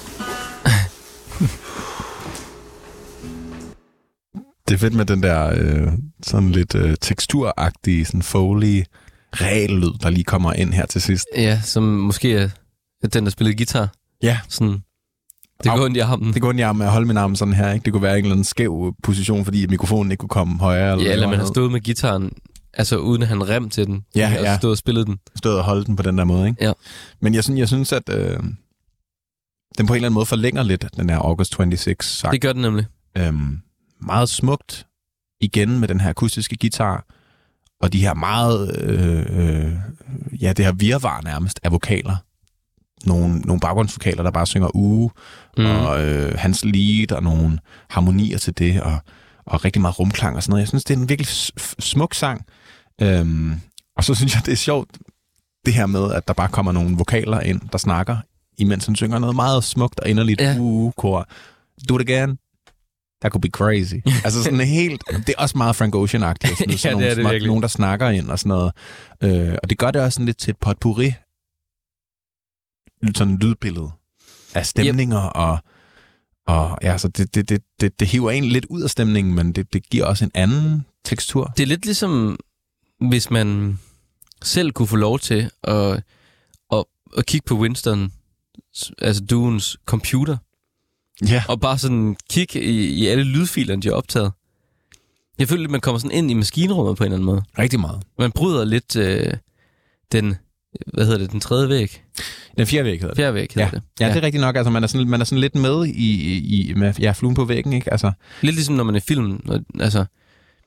Det er fedt med den der øh, sådan lidt øh, teksturagtige, sådan foley regellyd, der lige kommer ind her til sidst. Ja, som måske er den, der spillede guitar. Ja. Sådan, det går ondt i armen. Det går ondt i armen at holde min arm sådan her, ikke? Det kunne være en eller anden skæv position, fordi mikrofonen ikke kunne komme højere. Eller ja, eller man har stået med gitaren, altså uden at han rem til den. Ja, og ja. stået og spillet den. Stået og holdt den på den der måde, ikke? Ja. Men jeg synes, jeg synes at øh, den på en eller anden måde forlænger lidt, den her August toogtyve-sang. Det gør den nemlig. Øhm, meget smukt, igen med den her akustiske guitar, og de her meget, øh, øh, ja, det her virvar nærmest af vokaler. Nogle, nogle baggrundsvokaler, der bare synger uge, mm. og øh, hans lead, og nogle harmonier til det, og, og rigtig meget rumklang og sådan noget. Jeg synes, det er en virkelig smuk sang. Øhm, og så synes jeg, det er sjovt, det her med, at der bare kommer nogle vokaler ind, der snakker, imens han synger noget meget smukt og inderligt. Ja. Uh, kor. Do it again. That could be crazy. Altså sådan helt, det er også meget Frank Ocean-agtigt. Sådan, ja, sådan det er nogle, det virkelig. Nogen, der snakker ind og sådan noget. Øh, og det gør det også sådan lidt til et potpourri. Sådan et lydbillede af stemninger, yep. og, og ja, så det, det, det, det, det hiver en lidt ud af stemningen, men det, det giver også en anden tekstur. Det er lidt ligesom, hvis man selv kunne få lov til at, at, at kigge på Winston, altså duens computer, ja. og bare sådan kigge i, i alle lydfilerne, de har optaget. Jeg føler, at man kommer sådan ind i maskinrummet på en eller anden måde. Rigtig meget. Man bryder lidt øh, den, hvad hedder det, den tredje væg? Den fjerde væg hedder det. Fjerde væg hedder ja. det. Ja, det er rigtigt nok. Altså, man er sådan, man er sådan lidt med i, i med ja, fluen på væggen, ikke? Altså. Lidt ligesom når man er i film, altså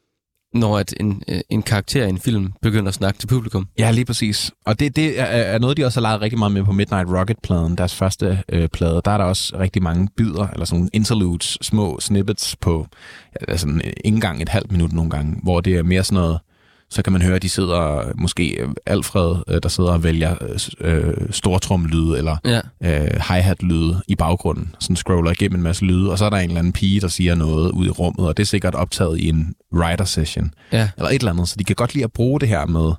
når at en, en karakter i en film begynder at snakke til publikum. Ja, lige præcis. Og det, det er, er noget, de også har leget rigtig meget med på Midnight Rocket-pladen, deres første øh, plade. Der er der også rigtig mange bidder, eller sådan interludes, små snippets på ja, sådan, ikke engang et halvt minut nogle gange, hvor det er mere sådan noget, så kan man høre, at de sidder, måske Alfred, der sidder og vælger øh, stortrumlyde eller ja. øh, hi-hat-lyde i baggrunden, sådan scroller igennem en masse lyde, og så er der en eller anden pige, der siger noget ud i rummet, og det er sikkert optaget i en writer-session, ja. eller et eller andet, så de kan godt lide at bruge det her med,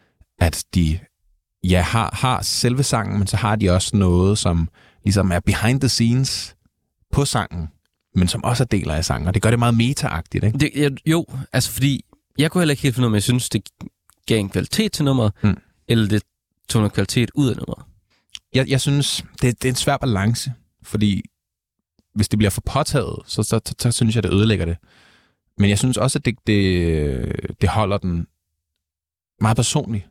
at de ja, har, har selve sangen, men så har de også noget, som ligesom er behind the scenes på sangen, men som også er deler af sangen, og det gør det meget meta-agtigt, ikke? Det, jeg, jo, altså fordi jeg kunne heller ikke helt finde ud af, om jeg synes, det gav en kvalitet til nummeret, mm. eller det tog noget kvalitet ud af nummeret. Jeg, jeg synes, det, det er en svær balance, fordi hvis det bliver for påtaget, så, så, så, så synes jeg, det ødelægger det. Men jeg synes også, at det, det, det holder den meget personlig.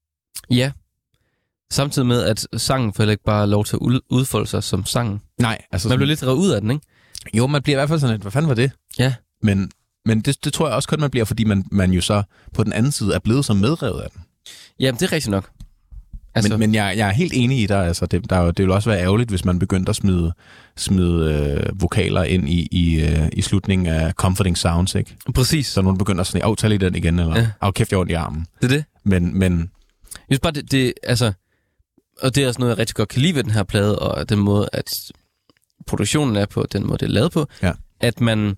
Ja, samtidig med, at sangen får heller ikke bare lov til at udfolde sig som sangen. Nej, altså... Man bliver lidt revet ud af den, ikke? Jo, man bliver i hvert fald sådan lidt, hvad fanden var det? Ja. Men... Men det, det tror jeg også kun, man bliver, fordi man, man jo så på den anden side er blevet så medrevet af den. Jamen, det er rigtigt nok. Altså... Men, men jeg, jeg er helt enig i dig. Altså, det, der, det vil også være ærgerligt, hvis man begyndte at smide, smide øh, vokaler ind i, i, øh, i slutningen af Comforting Sounds, ikke? Præcis. Så nogen begynder sådan at aftale i den igen, eller ja. Af kæft, jeg ondt i armen. Det er det. Men... men jeg synes bare, det, det, altså... Og det er også noget, jeg rigtig godt kan lide ved den her plade, og den måde, at produktionen er på, den måde, det er lavet på, ja. at man...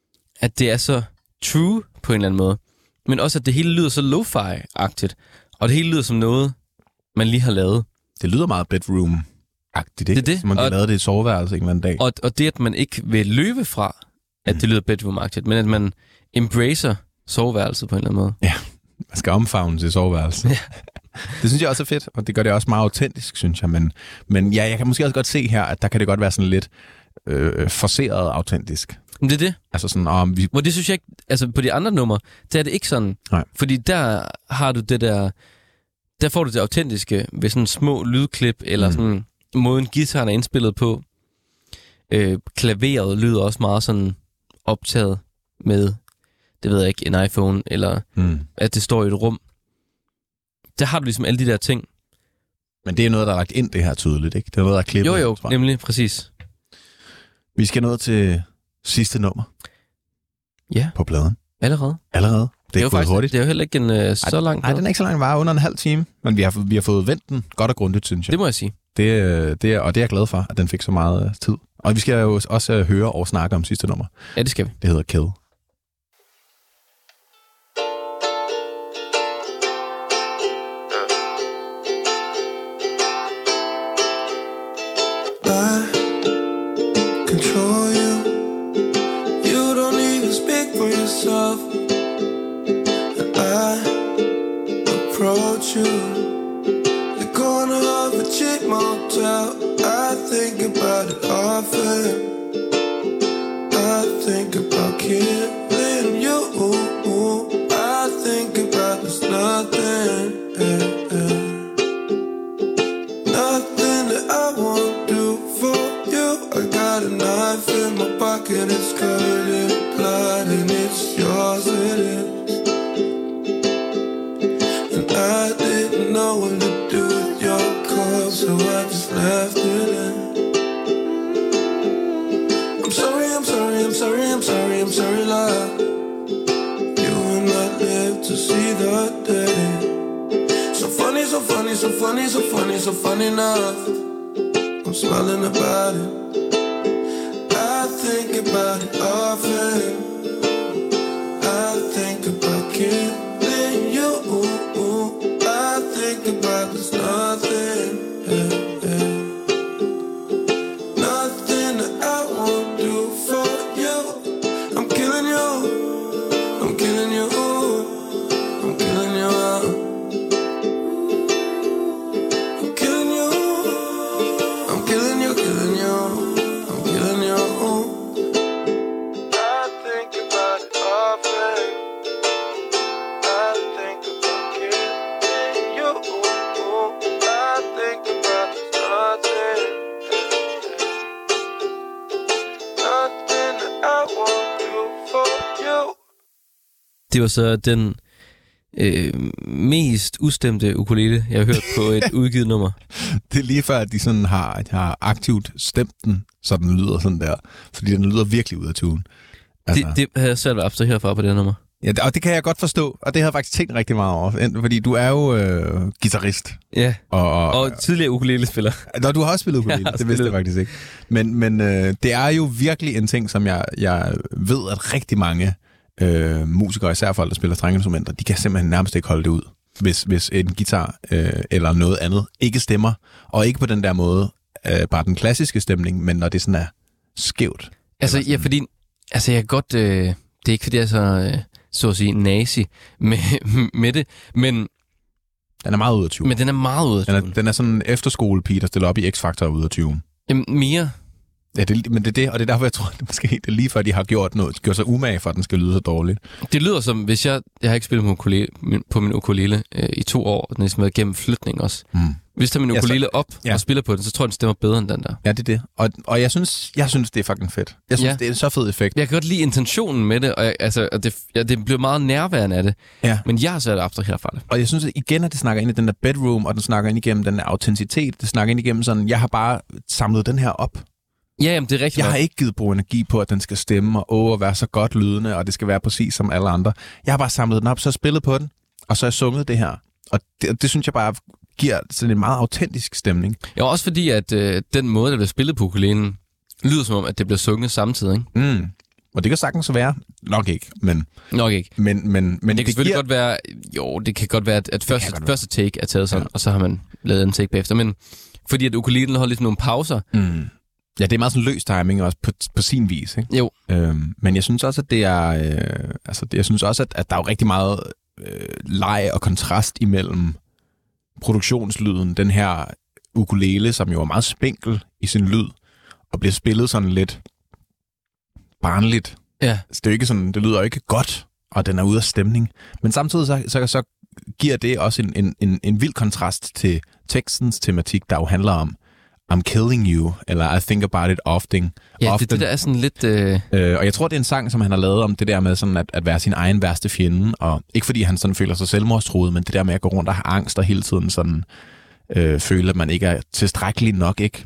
At det er så true på en eller anden måde, men også at det hele lyder så lo-fi-agtigt, og det hele lyder som noget, man lige har lavet. Det lyder meget bedroom-agtigt, ikke? Det er det. Som om de og, lavede det i soveværelse en eller anden dag. Og, og det, at man ikke vil løbe fra, at mm. det lyder bedroom-agtigt, men at man embracer soveværelset på en eller anden måde. Ja, man skal omfavne til soveværelset. Ja. Det synes jeg også er fedt, og det gør det også meget autentisk, synes jeg. Men, men ja, jeg kan måske også godt se her, at der kan det godt være sådan lidt øh, forceret autentisk. Men det er det. Altså sådan, om vi... Hvor det synes jeg ikke, altså på de andre numre, der er det ikke sådan. Nej. Fordi der har du det der, der får du det autentiske ved sådan små lydklip, eller mm. sådan måden guitaren er indspillet på. Øh, klaveret lyder også meget sådan optaget med, det ved jeg ikke, en iPhone, eller mm. at det står i et rum. Der har du ligesom alle de der ting. Men det er noget, der er lagt ind det her tydeligt, ikke? Det er noget, der er klippet. Jo, jo, nemlig, præcis. Vi skal nå til sidste nummer. Ja. På pladen. Allerede. Allerede. Det, det er, jo faktisk, hurtigt. Det er jo heller ikke en uh, så lang. Nej, den er ikke så lang, bare under en halv time. Men vi har, vi har fået vendt den godt og grundigt, synes jeg. Det må jeg sige. Det, det er, og det er jeg glad for, at den fik så meget uh, tid. Og vi skal jo også uh, høre og snakke om sidste nummer. Ja, det skal vi. Det hedder Kill. And I approach you, the corner of a cheap motel. I think about it often. I think about killing you. I think about there's nothing, nothing that I won't do for you. I got a knife in my pocket, it's covered in blood, and it's yours it is. And I didn't know what to do with your cup, so I just left it in. I'm sorry, I'm sorry, I'm sorry, I'm sorry, I'm sorry, love. You will not live to see the day. So funny, so funny, so funny, so funny, so funny enough. I'm smiling about it. I think about it often. I think about killing you. I think about there's nothing, yeah, yeah. Nothing that I won't do for you. I'm killing you. I'm killing you. I'm killing you. I'm killing you. I'm killing you, killing you. I'm killing you. I think Det var så den øh, mest ustemte ukulele, jeg har hørt på et udgivet nummer. Det er lige før, at de sådan har, har aktivt stemt den, så den lyder sådan der. Fordi den lyder virkelig ud af tune. Altså. Det, det havde jeg selv abstrahere fra på det nummer. Ja, og det kan jeg godt forstå, og det har jeg faktisk tænkt rigtig meget over, fordi du er jo øh, guitarist. Ja, og, og, og tidligere ukulele-spiller. Nå, du har også spillet ukulele, det vidste jeg faktisk ikke. Men, men øh, det er jo virkelig en ting, som jeg, jeg ved, at rigtig mange øh, musikere, især folk, der spiller strengeinstrumenter, de kan simpelthen nærmest ikke holde det ud, hvis, hvis en guitar øh, eller noget andet ikke stemmer, og ikke på den der måde, øh, bare den klassiske stemning, men når det sådan er skævt. Altså, ja, fordi, altså jeg kan godt, øh, det er ikke fordi jeg er så... Øh, så at sige nazi med, med det, men... Den er meget ud af tyve. Men den er meget ud af tyve. Den er, den er sådan en efterskolepige, der stiller op i X-Factor ud af tyve. Jamen, mere. Ja, det, men det er det, og det er derfor, jeg tror, det måske det er lige før, de har gjort noget, gjort sig umage for, at den skal lyde så dårligt. Det lyder som, hvis jeg... Jeg har ikke spillet på, ukulele, på min ukulele øh, i to år, og den er ligesom været gennem flytning også. Mm. Hvis jeg tager min ukulele ja, så, op ja. og spiller på den, så tror jeg, den stemmer bedre end den der. Ja, det er det. Og, og jeg, synes, jeg synes, det er fucking fedt. Jeg synes, ja. det er en så fed effekt. Jeg kan godt lide intentionen med det, og jeg, altså, det, ja, det bliver meget nærværende af det. Ja. Men jeg har så abstraheret fra det. Og jeg synes at igen, at det snakker ind i den der bedroom, og den snakker ind igennem den der autenticitet. Det snakker ind igennem sådan, jeg har bare samlet den her op. Ja, jamen, det er rigtigt. Jeg har ikke givet bruge energi på, at den skal stemme, og åh, at være så godt lydende, og det skal være præcis som alle andre. Jeg har bare samlet den op, så har jeg spillet på den, og så har jeg sunget det her. Og det, det synes jeg bare giver sådan en meget autentisk stemning. Ja, også fordi, at øh, den måde, der bliver spillet på ukulelen, lyder som om, at det bliver sunget samtidig, ikke? Mm. Og det kan sagtens være. Nok ikke, men... Nok ikke. Men, men, men det kan det selvfølgelig giver... godt være... Jo, det kan godt være, at, at første, første take er taget sådan, ja. og så har man lavet en take bagefter. Men fordi at ukulelen holder lidt nogle pauser... Mm. Ja, det er meget sådan løs timing også på, på sin vis, ikke? Jo. Øhm, men jeg synes også, at det er... Øh, altså, det, jeg synes også, at, at der er jo rigtig meget øh, leg og kontrast imellem produktionslyden, den her ukulele, som jo er meget spinkel i sin lyd, og bliver spillet sådan lidt barnligt. Ja. Så det er jo ikke sådan, det lyder jo ikke godt, og den er ude af stemning. Men samtidig så, så, så giver det også en, en, en, en vild kontrast til tekstens tematik, der jo handler om I'm killing you, eller I think about it often. Ja, often. det, det der er sådan lidt... Øh... Øh, og jeg tror, det er en sang, som han har lavet om det der med sådan at, at være sin egen værste fjende, og ikke fordi han sådan føler sig selvmordstruet, men det der med at gå rundt og have angst og hele tiden sådan øh, føle, at man ikke er tilstrækkelig nok, ikke?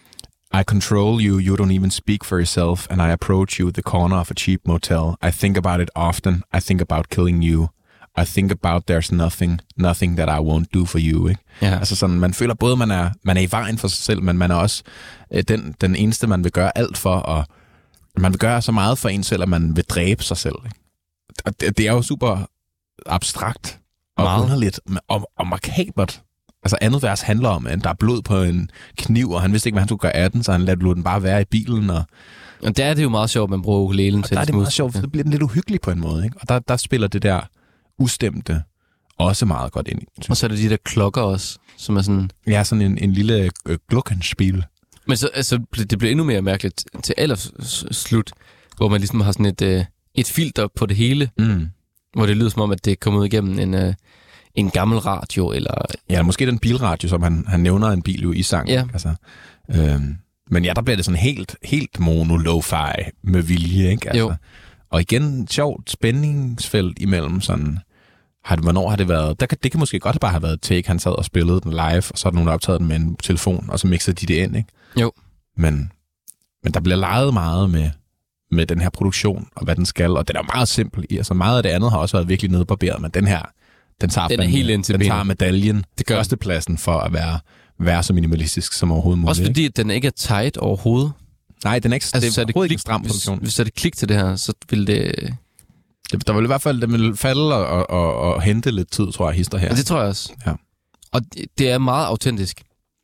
I control you, you don't even speak for yourself, and I approach you at the corner of a cheap motel. I think about it often, I think about killing you. I think about there's nothing, nothing that I won't do for you, ikke? Ja. Altså sådan, man føler både, man er, man er i vejen for sig selv, men man er også øh, den, den eneste, man vil gøre alt for, og man vil gøre så meget for en selv, at man vil dræbe sig selv, ikke? Og det, det er jo super abstrakt og meget underligt og, og makabert. Altså andet vers handler om, at der er blod på en kniv, og han vidste ikke, hvad han skulle gøre af den, så han lader den bare være i bilen. Og, og der er det jo meget sjovt, at man bruger ukulelen til. Der er det meget sjovt, for det bliver den lidt uhyggelig på en måde, ikke? Og der, der spiller det der ustemte også meget godt ind i. Og så er der de der klokker også, som er sådan... Ja, sådan en, en lille øh, glockenspiel. Men så altså, det bliver endnu mere mærkeligt til allerslut, hvor man ligesom har sådan et, øh, et filter på det hele, mm. hvor det lyder som om, at det kommer ud igennem en, øh, en gammel radio, eller... Ja, måske den bilradio, som han, han nævner en bil jo i sangen. Ja. Altså, øhm, men ja, der bliver det sådan helt, helt mono-lo-fi med vilje, ikke? Altså, jo. Og igen, sjovt spændingsfelt imellem sådan... Har det, hvornår har det været? Der kan, det kan måske godt bare have været take, han sad og spillede den live, og så er der nogen, der optaget den med en telefon, og så mixede de det ind, ikke? Jo. Men, men der bliver leget meget med, med den her produktion, og hvad den skal, og den er meget simpel i. Altså meget af det andet har også været virkelig nedbarberet, men den her, den tager, den er helt ind til den benet. tager medaljen, det gør førstepladsen for at være, være så minimalistisk som overhovedet muligt. Også fordi, ikke? den ikke er tight overhovedet. Nej, den er ikke, altså, det er det overhovedet klik, ikke en stram produktion. Hvis, hvis det klik til det her, så vil det... Der vil i hvert fald den vil falde og, og, og, og hente lidt tid, tror jeg, hister her. Ja, det tror jeg også. Ja. Og det er meget autentisk.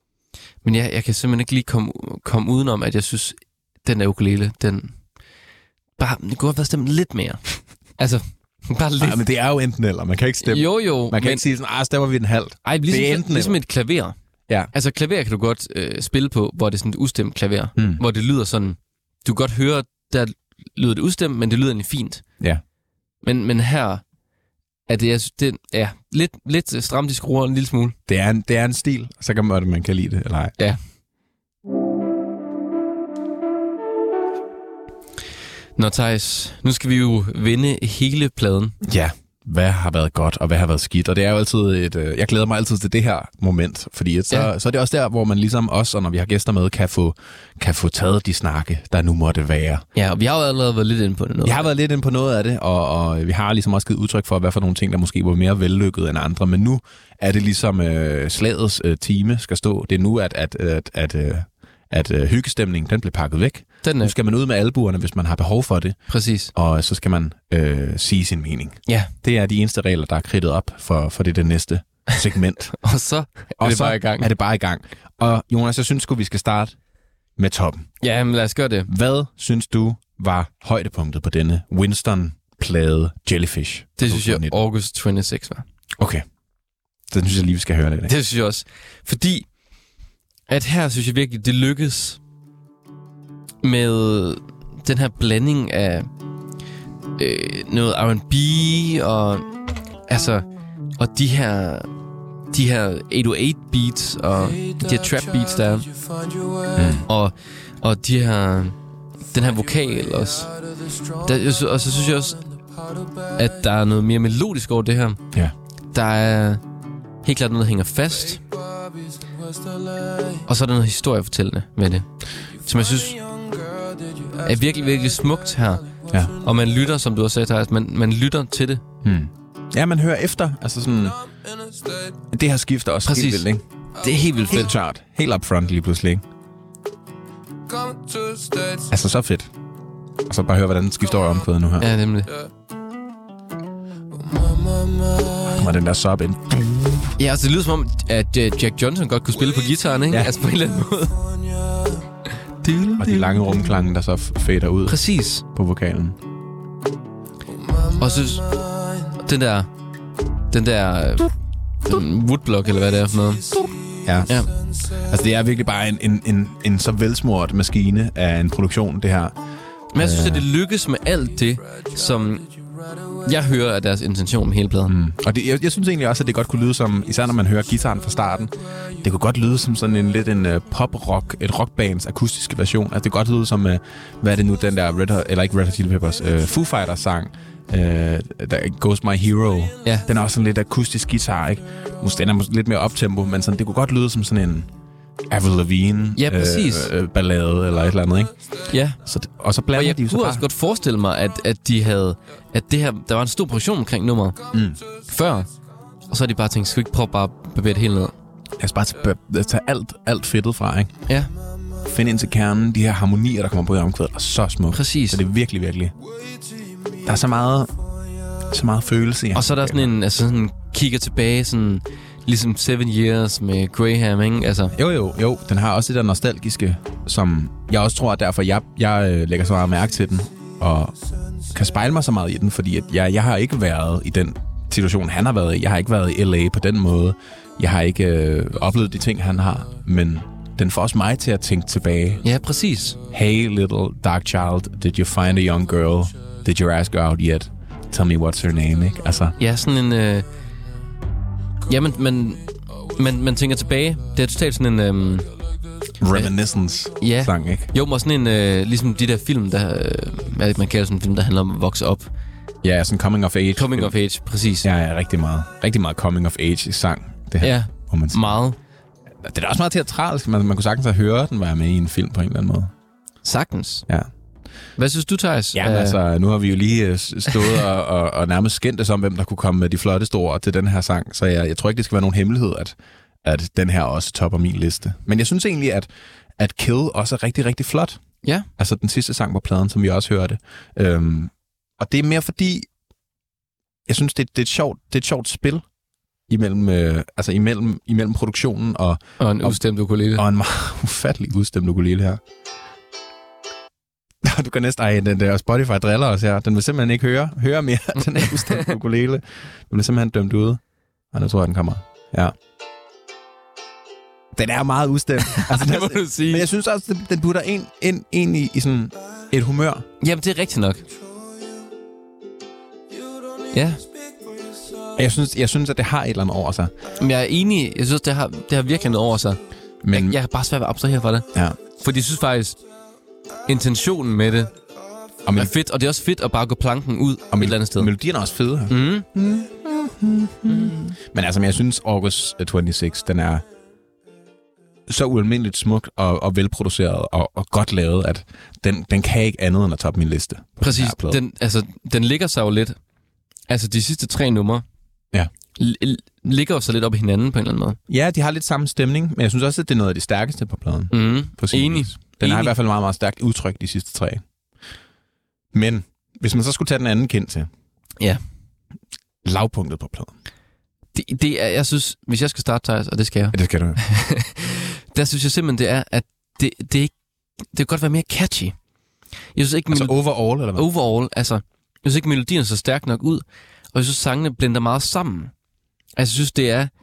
Men jeg, jeg kan simpelthen ikke lige komme, komme udenom, at jeg synes, den der ukulele, den... Bare, det kunne have været stemt lidt mere. Altså, bare lidt. Nej, men det er jo enten eller. Man kan ikke stemme. Jo, jo. Man kan men... ikke sige sådan, ah, stemmer vi den halvt. Ej, ligesom, det er enten ligesom et klaver. Ja. Altså, klaver kan du godt øh, spille på, hvor det er sådan et udstemt klaver. Mm. Hvor det lyder sådan... Du kan godt høre, der lyder det udstemt, men det lyder egentlig fint. Ja. Men, men her er det, det er lidt, lidt stramt i skruer en lille smule. Det er en, det er en stil, så kan man, man kan lide det, eller ej. Ja. Nå, Theis, nu skal vi jo vinde hele pladen. Ja. hvad har været godt, og hvad har været skidt. Og det er jo altid et... Øh, jeg glæder mig altid til det her moment, fordi at så, ja. så er det også der, hvor man ligesom os, og når vi har gæster med, kan få, kan få taget de snakke, der nu måtte være. Ja, og vi har jo allerede været lidt inde på det. Noget. Vi har været lidt inde på noget af det, og, og vi har ligesom også givet udtryk for, hvad for nogle ting, der måske var mere vellykket end andre. Men nu er det ligesom øh, slagets øh, time skal stå. Det er nu, at, at, at, at, øh, at øh, hyggestemningen, den bliver pakket væk. Den nu skal man ud med albuerne, hvis man har behov for det. Præcis. Og så skal man øh, sige sin mening. Ja. Det er de eneste regler, der er kridtet op for, for det, det næste segment. og så er og det så bare i gang. er det bare i gang. Og Jonas, jeg synes sgu, vi skal starte med toppen. Ja, men lad os gøre det. Hvad synes du var højdepunktet på denne Winston-plade Jellyfish? Det synes jeg August toogtyve var. Okay. Det synes jeg lige, vi skal høre lidt af. Det synes jeg også. Fordi at her synes jeg virkelig, det lykkes med den her blanding af øh, noget R and B og altså og de her de her otte nul otte beats og de her trap beats der mm. og og de her den her vokal også. Der, og så synes jeg også at der er noget mere melodisk over det her. Ja. Der er helt klart noget, der hænger fast. Og så er der noget historiefortællende med det, som jeg synes er virkelig, virkelig smukt her. Ja. Og man lytter, som du har sagt, Thijs, man, man lytter til det. Hmm. Ja, man hører efter. Altså sådan... Det her skifter også Præcis. helt vildt, ikke? Det er helt vildt fedt. Helt klart. Helt up front lige pludselig, ikke? Altså, så fedt. Og så bare høre, hvordan den skifter over omkvædet nu her. Ja, nemlig. Og den der sub ind. Ja, altså det lyder som om, at Jack Johnson godt kunne spille på guitaren, ikke? Ja. Altså på en eller anden måde. Og de lange rumklange, der så fader ud. Præcis. På vokalen. Og så den der den der den woodblock, eller hvad det er for noget. Ja. ja. Altså det er virkelig bare en, en, en, en så velsmurt maskine af en produktion, det her. Men jeg synes, at det lykkes med alt det, som jeg hører af deres intention med hele pladen. Mm. Og det, jeg, jeg synes egentlig også, at det godt kunne lyde som, især når man hører guitaren fra starten, det kunne godt lyde som sådan en lidt en uh, pop-rock, et rockbands akustiske version. Altså det kunne godt lyde som, uh, hvad er det nu, den der Red Hot, eller ikke Red Hot Chili Peppers, uh, Foo Fighters sang, uh, der Goes My Hero. Ja. Den er også sådan lidt akustisk guitar, ikke? Den er måske lidt mere optempo, men sådan, det kunne godt lyde som sådan en Avril Lavigne ja, præcis. Øh, øh, ballade eller et eller andet, ikke? Ja. Så, og så blander jeg de jo så kunne bare... også godt forestille mig, at, at de havde... At det her... Der var en stor produktion omkring nummeret. Mm. Før. Og så har de bare tænkt, skal vi ikke prøve bare at bevæge det hele ned? Lad os bare tage, tage alt, alt fedtet fra, ikke? Ja. Find ind til kernen. De her harmonier, der kommer på i omkvædet, er så smukt. Præcis. Så det er virkelig, virkelig... Der er så meget... Så meget følelse i. Og så er der sådan en... Altså sådan kigger tilbage, sådan... Ligesom Seven Years med Graham, ikke? Altså. Jo, jo, jo. Den har også det der nostalgiske, som jeg også tror, at derfor jeg, jeg øh, lægger så meget mærke til den, og kan spejle mig så meget i den, fordi at jeg, jeg har ikke været i den situation, han har været i. Jeg har ikke været i L A på den måde. Jeg har ikke øh, oplevet de ting, han har, men den får også mig til at tænke tilbage. Ja, præcis. Hey, little dark child, did you find a young girl? Did you ask her out yet? Tell me what's her name, ikke? Altså. Ja, sådan en... Øh Ja, men man, man, man tænker tilbage. Det er totalt sådan en... Øhm, Reminiscence-sang, ja. ikke? Jo, men sådan en... Øh, ligesom de der film, der... Øh, hvad er det, man kalder sådan en film, der handler om at vokse op. Ja, sådan coming of age. Coming of age, præcis. Ja, ja, rigtig meget. Rigtig meget coming of age-sang, det her. Ja, man meget. Det er da også meget teatralsk. Man, man kunne sagtens have hørt den være med i en film på en eller anden måde. Sagtens. Ja. Hvad synes du, Thijs? Ja, uh... altså, nu har vi jo lige stået og, og, og nærmest skændtes om, hvem der kunne komme med de flotteste ord til den her sang, så jeg, jeg tror ikke, det skal være nogen hemmelighed, at, at den her også topper min liste. Men jeg synes egentlig, at, at Kill også er rigtig, rigtig flot. Ja. Altså den sidste sang på pladen, som vi også hørte. Øhm, og det er mere fordi, jeg synes, det, det, er, et sjovt, det er et sjovt spil imellem, øh, altså imellem, imellem produktionen og... Og en udstemt ukulele. Og en meget ufattelig udstemt ukulele her. Du kan næsten... Ej, den der Spotify driller os her. Den vil simpelthen ikke høre, høre mere. Den er udstemt ukulele. Den bliver simpelthen dømt ude. Og nu tror jeg, den kommer. Ja. Den er meget udstemt. Altså, det må du sige. Men jeg synes også, den putter en, en, en i, i sådan et humør. Jamen, det er rigtigt nok. Ja. Jeg synes, jeg synes, at det har et eller andet over sig. Men jeg er enig. Jeg synes, det har, det har virkelig noget over sig. Men jeg, jeg har bare svært ved at abstrahere fra det. Ja. Fordi jeg synes faktisk, intentionen med det Og er fedt, og det er også fedt at bare gå planken ud og et eller andet sted. Melodien er også fede her. Mm. Mm. Mm. Mm. Men altså, jeg synes, August toogtyve, den er så ualmindeligt smuk og, og velproduceret og, og godt lavet, at den, den kan ikke andet end at toppe min liste. Præcis. Den, altså, den ligger sig jo lidt... Altså, de sidste tre numre ja. l- ligger jo så lidt op i hinanden på en eller anden måde. Ja, de har lidt samme stemning, men jeg synes også, at det er noget af det stærkeste på pladen. Mm. På Enig. Den Enig. har i hvert fald meget, meget stærkt udtryk de sidste tre. Men hvis man så skulle tage den anden kendt til... Ja. Lavpunktet på pladen. Det, det er, jeg synes, hvis jeg skal starte, Thijs, og det skal jeg. Ja, det skal du. Der synes jeg simpelthen, det er, at det, det, ikke, det kan godt være mere catchy. Jeg synes ikke... Altså melodi- overall, eller hvad? Overall, altså... Jeg synes ikke, melodien er så stærk nok ud, og jeg synes, sangene blender meget sammen. Altså, jeg synes, det er...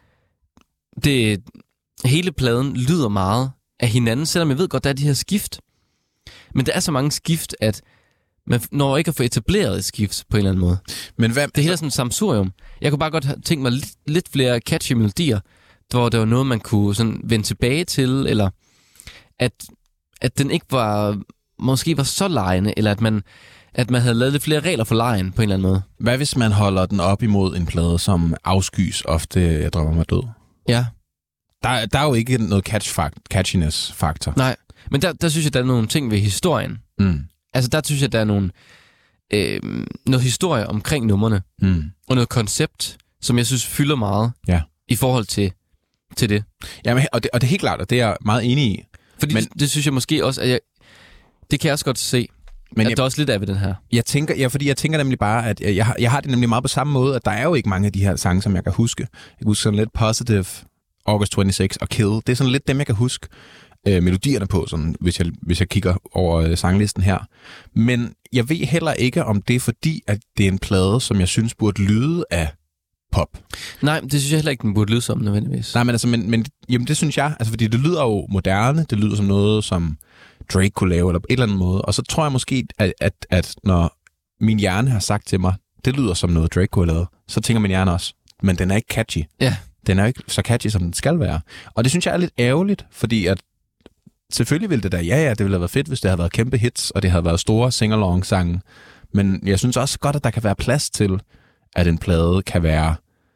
Det, hele pladen lyder meget af hinanden, selvom jeg ved godt, der er de her skift. Men der er så mange skift, at man når ikke at få etableret et skift på en eller anden måde. Men hvad... Det hele er sådan et samsurium. Jeg kunne bare godt have tænkt mig lidt, lidt flere catchy melodier, hvor der var noget, man kunne sådan vende tilbage til, eller at, at den ikke var... Måske var så lejende, eller at man... at man havde lavet lidt flere regler for lejen på en eller anden måde. Hvad hvis man holder den op imod en plade, som afskys ofte, jeg drømmer mig død? Ja. Der, der er jo ikke noget catch fakt, catchiness-faktor. Nej, men der, der synes jeg, der er nogle ting ved historien. Mm. Altså, der synes jeg, der er nogle, øh, noget historie omkring numrene, Mm. og noget koncept, som jeg synes fylder meget ja. i forhold til, til det. Jamen, og det. Og det er helt klart, og det er jeg meget enig i. Fordi men, det, det synes jeg måske også, at jeg... Det kan jeg også godt se, men at jeg, der er også lidt af ved den her. Jeg tænker, ja, fordi jeg tænker nemlig bare, at jeg, jeg, har, jeg har det nemlig meget på samme måde, at der er jo ikke mange af de her sange, som jeg kan huske. Jeg kan huske sådan lidt Positive, August toogtyve og Kill. Det er sådan lidt dem, jeg kan huske øh, melodierne på, sådan, hvis, jeg, hvis jeg kigger over øh, sanglisten her. Men jeg ved heller ikke, om det er fordi, at det er en plade, som jeg synes burde lyde af pop. Nej, det synes jeg heller ikke, den burde lyde som nødvendigvis. Nej, men altså, men, men jamen, det synes jeg, altså fordi det lyder jo moderne, det lyder som noget, som Drake kunne lave, eller på et eller andet måde. Og så tror jeg måske, at, at, at når min hjerne har sagt til mig, det lyder som noget, Drake kunne have lavet, så tænker min hjerne også, men den er ikke catchy. Ja. Den er ikke så catchy, som den skal være. Og det synes jeg er lidt ærgerligt, fordi at selvfølgelig ville det da, ja ja, det ville have været fedt, hvis det havde været kæmpe hits, og det havde været store sing-along-sange. Men jeg synes også godt, at der kan være plads til, at en plade kan være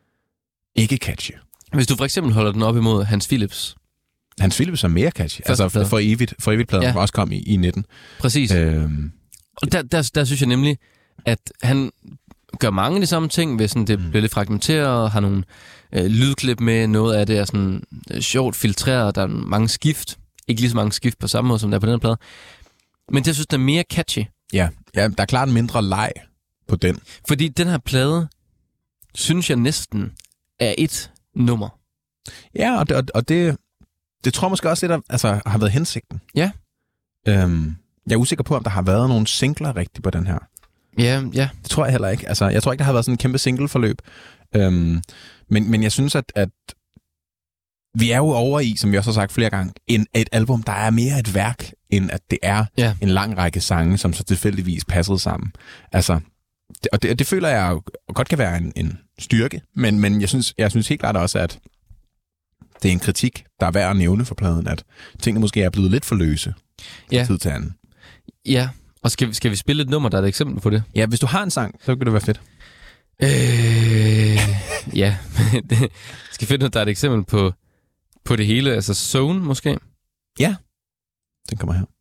ikke catchy. Hvis du for eksempel holder den op imod Hans Phillips. Hans Phillips er mere catchy. Første altså plade. for evigt, for evigt pladen, Ja. som også kom i, i nitten. Præcis. Øhm. Og der, der, der synes jeg nemlig, at han gør mange af de samme ting, hvis sådan, det mm. bliver lidt fragmenteret, har nogle øh, lydklip med, noget af det er sådan øh, sjovt filtreret, der er mange skift. Ikke lige så mange skift på samme måde, som der er på den plade. Men det synes jeg er mere catchy. Ja, ja, der er klart en mindre leg på den. Fordi den her plade, synes jeg næsten, er et nummer. Ja, og det, og, og det, det tror jeg måske også lidt, at, altså, har været hensigten. Ja. Øhm, jeg er usikker på, om der har været nogle singler rigtigt på den her. Ja, ja. Det tror jeg heller ikke. Altså, jeg tror ikke, der har været sådan en kæmpe singleforløb. Øhm, men, men jeg synes, at, at vi er jo over i, som vi også har sagt flere gange, en, et album, der er mere et værk, end at det er ja. en lang række sange, som så tilfældigvis passede sammen. Altså, det, og det, det føler jeg jo godt kan være en, en styrke, men, men jeg, synes, jeg synes helt klart også, at det er en kritik, der er værd at nævne for pladen, at tingene måske er blevet lidt for løse ja. tid til anden. Ja, og skal vi, skal vi spille et nummer, der er et eksempel på det? Ja, hvis du har en sang, så kan det være fedt. Øh, ja, det, skal finde noget, der er et eksempel på, på det hele, altså Zone måske? Ja, den kommer her.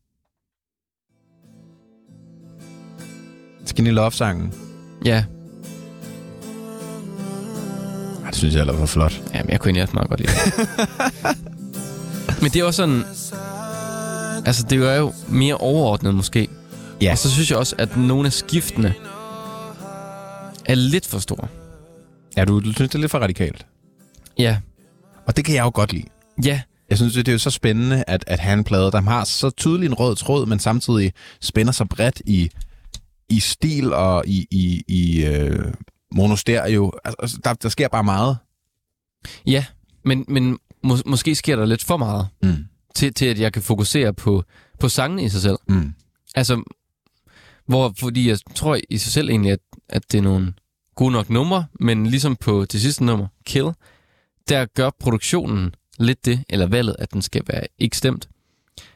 Skinny Love-sangen. Ja. Ej, det synes jeg ellers var flot. Jamen, jeg kunne egentlig også meget godt lide det. Men det er også sådan... Altså, det er jo mere overordnet måske. Ja. Og så synes jeg også, at nogle af skiftene er lidt for store. Ja, du, du synes, det er lidt for radikalt. Ja. Og det kan jeg jo godt lide. Ja. Jeg synes, det er jo så spændende, at, at have en plade, der har så tydelig en rød tråd, men samtidig spænder sig bredt i, i stil og i, i, i øh, monostereo. Altså, der, der sker bare meget. Ja, men, men mås- måske sker der lidt for meget, mm. til, til at jeg kan fokusere på, på sangene i sig selv. Mm. Altså, hvor, fordi jeg tror i sig selv egentlig, at, at det er nogle gode nok numre, men ligesom på det sidste nummer, Kill, der gør produktionen lidt det, eller valget, at den skal være ikke stemt.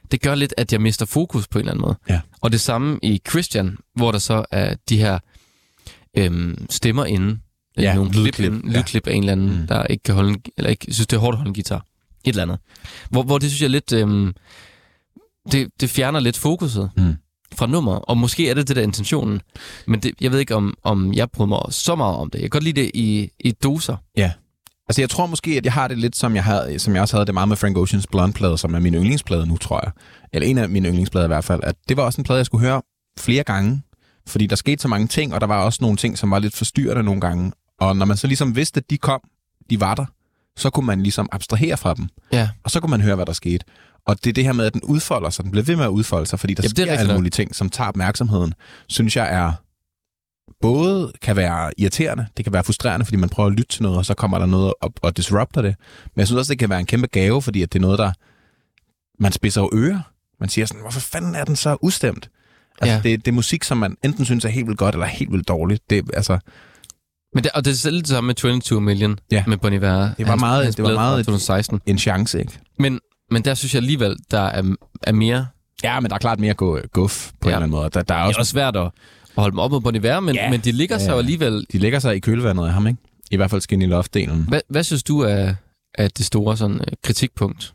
det gør lidt, at jeg mister fokus på en eller anden måde. Ja. Og det samme i Christian, hvor der så er de her øhm, stemmer inde. Ja, nogle lydklip. klip, inde, lydklip af en eller anden, mm. der ikke kan holde en, eller ikke synes, det er hårdt at holde en guitar. Et eller andet. Hvor, hvor det synes jeg lidt, øhm, det, det fjerner lidt fokuset mm. fra nummer, og måske er det det der intentionen. Men det, jeg ved ikke, om, om jeg bryder mig så meget om det. Jeg kan godt lide det i, i doser. Ja. Altså, jeg tror måske, at jeg har det lidt, som jeg, havde, som jeg også havde det meget med Frank Oceans Blonde-plade, som er min yndlingsplade nu, tror jeg. Eller en af mine yndlingsplader i hvert fald. At det var også en plade, jeg skulle høre flere gange, fordi der skete så mange ting, og der var også nogle ting, som var lidt forstyrrende nogle gange. Og når man så ligesom vidste, at de kom, de var der, så kunne man ligesom abstrahere fra dem. Ja. Og så kunne man høre, hvad der skete. Og det er det her med, at den udfolder sig, den bliver ved med at udfolde sig, fordi der Jamen, sker alle mulige ting, som tager opmærksomheden, synes jeg er både kan være irriterende, det kan være frustrerende, fordi man prøver at lytte til noget, og så kommer der noget op og disrupter det. Men jeg synes også, det kan være en kæmpe gave, fordi at det er noget, der man spidser jo ører. Man siger sådan, hvorfor fanden er den så udstemt? Altså, ja. det, det er musik, som man enten synes er helt vildt godt, eller helt vildt dårligt. Det, altså... Men det, og det er selv det samme med toogtyve million ja. med Bon Iver. Det var hans, meget, hans det var meget tyve seksten. En chance, ikke? Men, men der synes jeg alligevel, der er, er mere... Ja, men der er klart mere guf på ja. en eller anden måde. Der, der er, også... det er også svært at holde dem op mod Bon Iver, men, ja. men de ligger ja, ja. sig alligevel... De ligger sig i kølvandet af ham, ikke? I hvert fald Skinny Love-delen. Hvad, hvad synes du er, er det store sådan, kritikpunkt?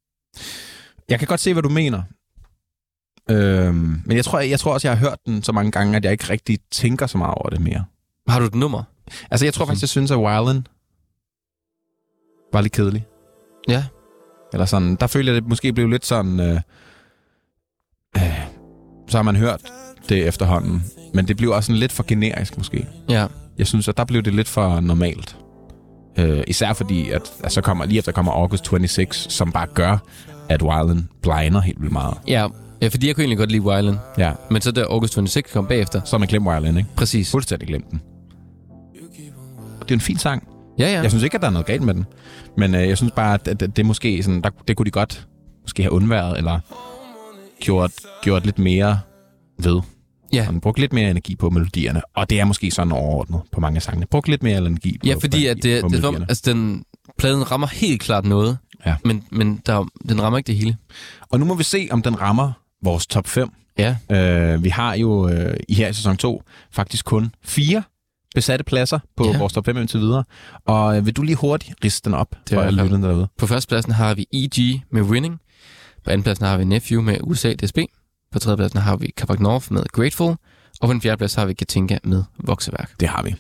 Jeg kan godt se, hvad du mener. Øhm, men jeg tror, jeg, jeg tror også, jeg har hørt den så mange gange, at jeg ikke rigtig tænker så meget over det mere. Har du et nummer? Altså, jeg tror faktisk, jeg synes, at Wildin var lidt kedelig. Ja. Eller sådan, der føler jeg, at det måske blev lidt sådan... Øh, øh, så har man hørt det efterhånden. Men det blev også sådan lidt for generisk, måske. Ja. Jeg synes, at der blev det lidt for normalt. Øh, især fordi, at, at så kommer, lige efter kommer August toogtyve, som bare gør, at Wildin blinder helt vildt meget. Ja, ja, fordi jeg kunne egentlig godt lide Wildin. Ja. Men så da August toogtyve kom bagefter... Så har man glemt Wildin, ikke? Præcis. Fuldstændig glemt den. Og det er en fin sang. Ja, ja. Jeg synes ikke, at der er noget galt med den. Men øh, jeg synes bare, at det, det måske sådan, der, det kunne de godt måske have undværet, eller gjort, gjort lidt mere ved. Ja. Man brugte lidt mere energi på melodierne, og det er måske sådan overordnet på mange af sangene. Brugte lidt mere energi på Ja, fordi på, at det, på det, det altså, den pladen rammer helt klart noget, ja. men, men der, den rammer ikke det hele. Og nu må vi se, om den rammer vores top fem. Ja. Øh, vi har jo øh, i her i sæson to faktisk kun fire besatte pladser på ja. vores top fem indtil videre. Og øh, vil du lige hurtigt riste den op det for alle lytterne derude? På førstepladsen har vi E G med Winning. På andenpladsen har vi Nephew med U S A D S B. På tredjepladsen har vi Kapak North med Grateful. Og på den fjerde plads har vi Katinka med Vokseværk. Det har vi.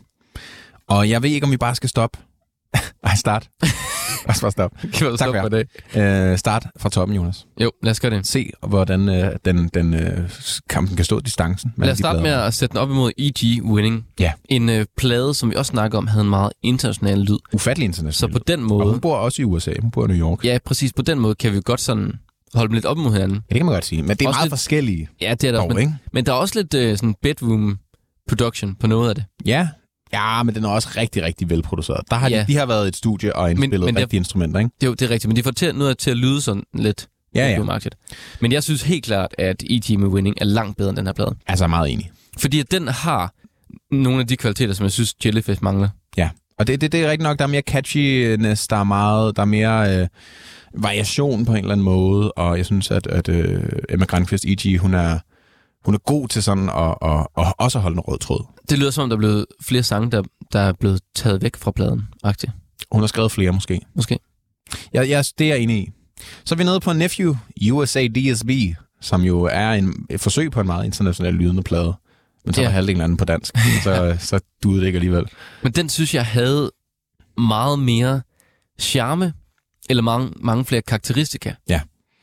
Og jeg ved ikke, om vi bare skal stoppe. Ej, start. Også bare stop. Tak for det. Øh, start fra toppen, Jonas. Jo, lad os gøre det. Se, hvordan øh, den, den øh, kampen kan stå distancen. Lad os starte med at sætte den op imod E G Winning. Ja. En øh, plade, som vi også snakker om, havde en meget international lyd. Ufattelig international. Så på den måde... Og hun bor også i U S A. Hun bor i New York. Ja, præcis. På den måde kan vi godt sådan holde dem lidt op mod hinanden. Ja, det kan man godt sige. Men det er også meget lidt forskellige. Ja, det er der dog, også. Men, men der er også lidt øh, sådan bedroom production på noget af det. Ja. Ja, men den er også rigtig, rigtig velproduceret. Der har ja. de, de har været et studie og indspillet men, men rigtige instrumenter, ikke? Det er, det er rigtigt, men de får til, noget til at lyde sådan lidt ja, ja. Men jeg synes helt klart, at E G med Winning er langt bedre end den her plade. Altså, jeg er meget enig. Fordi at den har nogle af de kvaliteter, som jeg synes, Jellyfish mangler. Ja, og det, det, det er rigtigt nok, der er mere catchiness, der er meget, der er mere øh, variation på en eller anden måde, og jeg synes, at, at øh, Emma Granqvist, E G, hun er... Hun er god til sådan at, at, at også holde en rød tråd. Det lyder som om, der er blevet flere sange, der, der er blevet taget væk fra pladen. Aktiv. Hun har skrevet flere, måske. Måske. Ja, ja, det er jeg enig i. Så er vi nede på Nephew, U S A D S B, som jo er en, et forsøg på en meget international lydende plade. Men så ja. var halvdelen af den på dansk, så, så duede det ikke alligevel. Men den synes jeg havde meget mere charme, eller mange, mange flere karakteristika. Ja.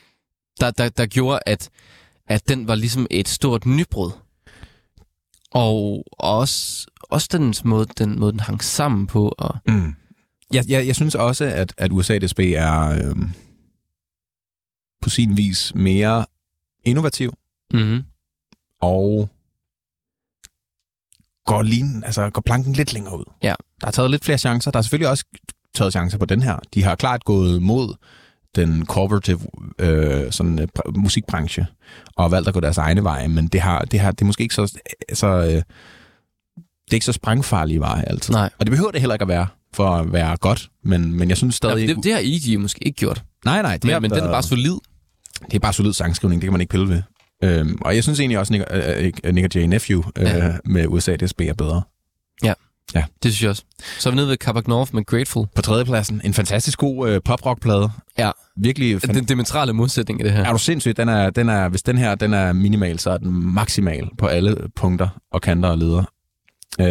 Der, der, der gjorde, at at den var ligesom et stort nybrud. Og også, også den, måde, den måde, den hang sammen på. Og mm. jeg, jeg, jeg synes også, at, at U S A D S B er øhm, på sin vis mere innovativ. Mm-hmm. Og går, lige, altså, går planken lidt længere ud. Ja. Der er taget lidt flere chancer. Der er selvfølgelig også taget chancer på den her. De har klart gået mod den cooperative øh, sådan, øh, musikbranche, og valgt at gå deres egne veje, men det, har, det, har, det er måske ikke så, så øh, det er ikke så sprængfarlige veje altid. Nej. Og det behøver det heller ikke at være, for at være godt, men, men jeg synes stadig... Ja, det, det har E G måske ikke gjort. Nej, nej. Det men er, men den er bare solid. Det er bare solid sangskrivning, det kan man ikke pille ved. Øhm, og jeg synes egentlig også, Nick, øh, Nick og Jay Nephew øh, ja. med U S A D S B er bedre. Ja. Ja, det synes jeg også. Så er vi nede ved Kabak North med Grateful. På tredjepladsen. En fantastisk god øh, pop-rock-plade. Ja. Virkelig. Fan... Den diametrale modsætning i det her. Er du sindssygt? Den er, den er, hvis den her den er minimal, så er den maksimal på alle punkter og kanter og leder. Øh...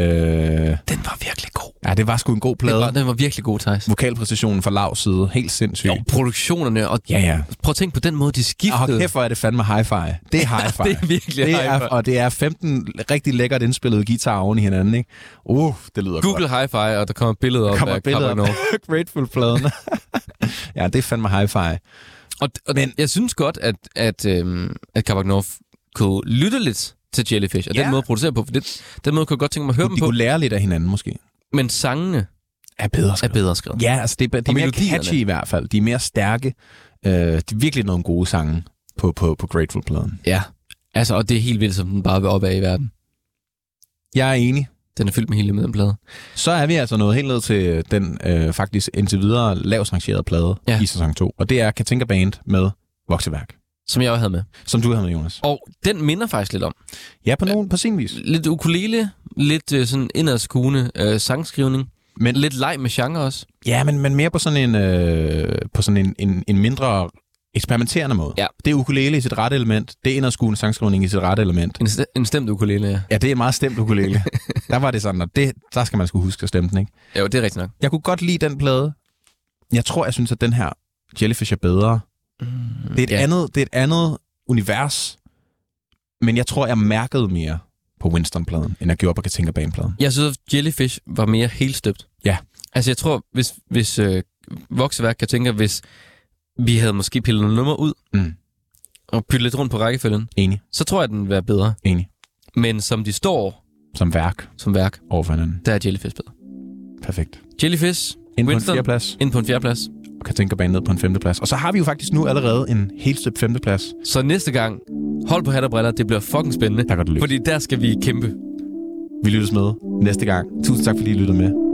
Den var virkelig god. Ja, det var sgu en god plade. Den var, den var virkelig god, Theis. Vokalpræcisionen fra Lavs side, helt sindssygt. Jo, produktionerne, og ja, ja. Prøv at tænke på den måde, de skiftede. Og kæft, hvor er det fandme hi-fi. Det er hi-fi. Det er virkelig det hi-fi. Er, og det er femten rigtig lækkert indspillede guitarer oven i hinanden, ikke? Uh, det lyder Google godt. Google hi-fi, og der kommer billeder op af Kabak North. Grateful-pladen. Ja, det er fandme hi-fi. Og, og Men, jeg synes godt, at, at, øhm, at Kabak North kunne lytte lidt til Jellyfish, og ja. den måde at producere på, for det, den måde kunne jeg godt tænke mig at høre de dem på. De kunne lære lidt af hinanden, måske. Men sangene er bedre skrevet. Er bedre skrevet. Ja, altså det, de er mere catchy i hvert fald. De er mere stærke. Uh, de er virkelig nogle gode sange på, på, på Grateful-pladen. Ja, altså, og det er helt vildt, som den bare vil op af i verden. Jeg er enig. Den er fyldt med hele med den plade. Så er vi altså nået helt ned til den øh, faktisk indtil videre lavt rangerede plade ja. i sæson to. Og det er Katinka Band med Vokseværk. Som jeg også havde med. Som du havde med, Jonas. Og den minder faktisk lidt om. Ja, på, nogen, på sin vis. Lidt ukulele, lidt øh, sådan indadskuende øh, sangskrivning. Men lidt leg med genre også. Ja, men, men mere på sådan en, øh, på sådan en, en, en mindre eksperimenterende måde. Ja. Det er ukulele i sit rette element. Det er indadskuende sangskrivning i sit rette element. En, st- en stemt ukulele, ja. Ja, det er meget stemt ukulele. Der var det sådan, og det, der skal man sgu huske at stemme den, ikke? Jo, det er rigtigt nok. Jeg kunne godt lide den plade. Jeg tror, jeg synes, at den her Jellyfish er bedre. Mm, det, er et ja. andet, det er et andet univers, men jeg tror, jeg mærkede mere på Winston-pladen, end jeg gjorde på Katinka Band-pladen. Jeg synes, at Jellyfish var mere helstøbt. Ja. Altså, jeg tror, hvis, hvis øh, Vokseværk kan tænke, hvis vi havde måske pillet nogle numre ud, mm. og pyttet lidt rundt på rækkefølgen, enig. Så tror jeg, den vil være bedre. Enig. Men som de står... Som værk. Som værk. Overfor hinanden. Der er Jellyfish bedre. Perfekt. Jellyfish, ind Winston, på en fjerdeplads. Ind på en fjerdeplads. Og Katinka Band ned på en femteplads. Og så har vi jo faktisk nu allerede en helt støbt femteplads. Så næste gang, hold på hat og briller, det bliver fucking spændende. Der går det lykkes. Fordi der skal vi kæmpe. Vi lyttes med næste gang. Tusind tak, fordi I lyttede med.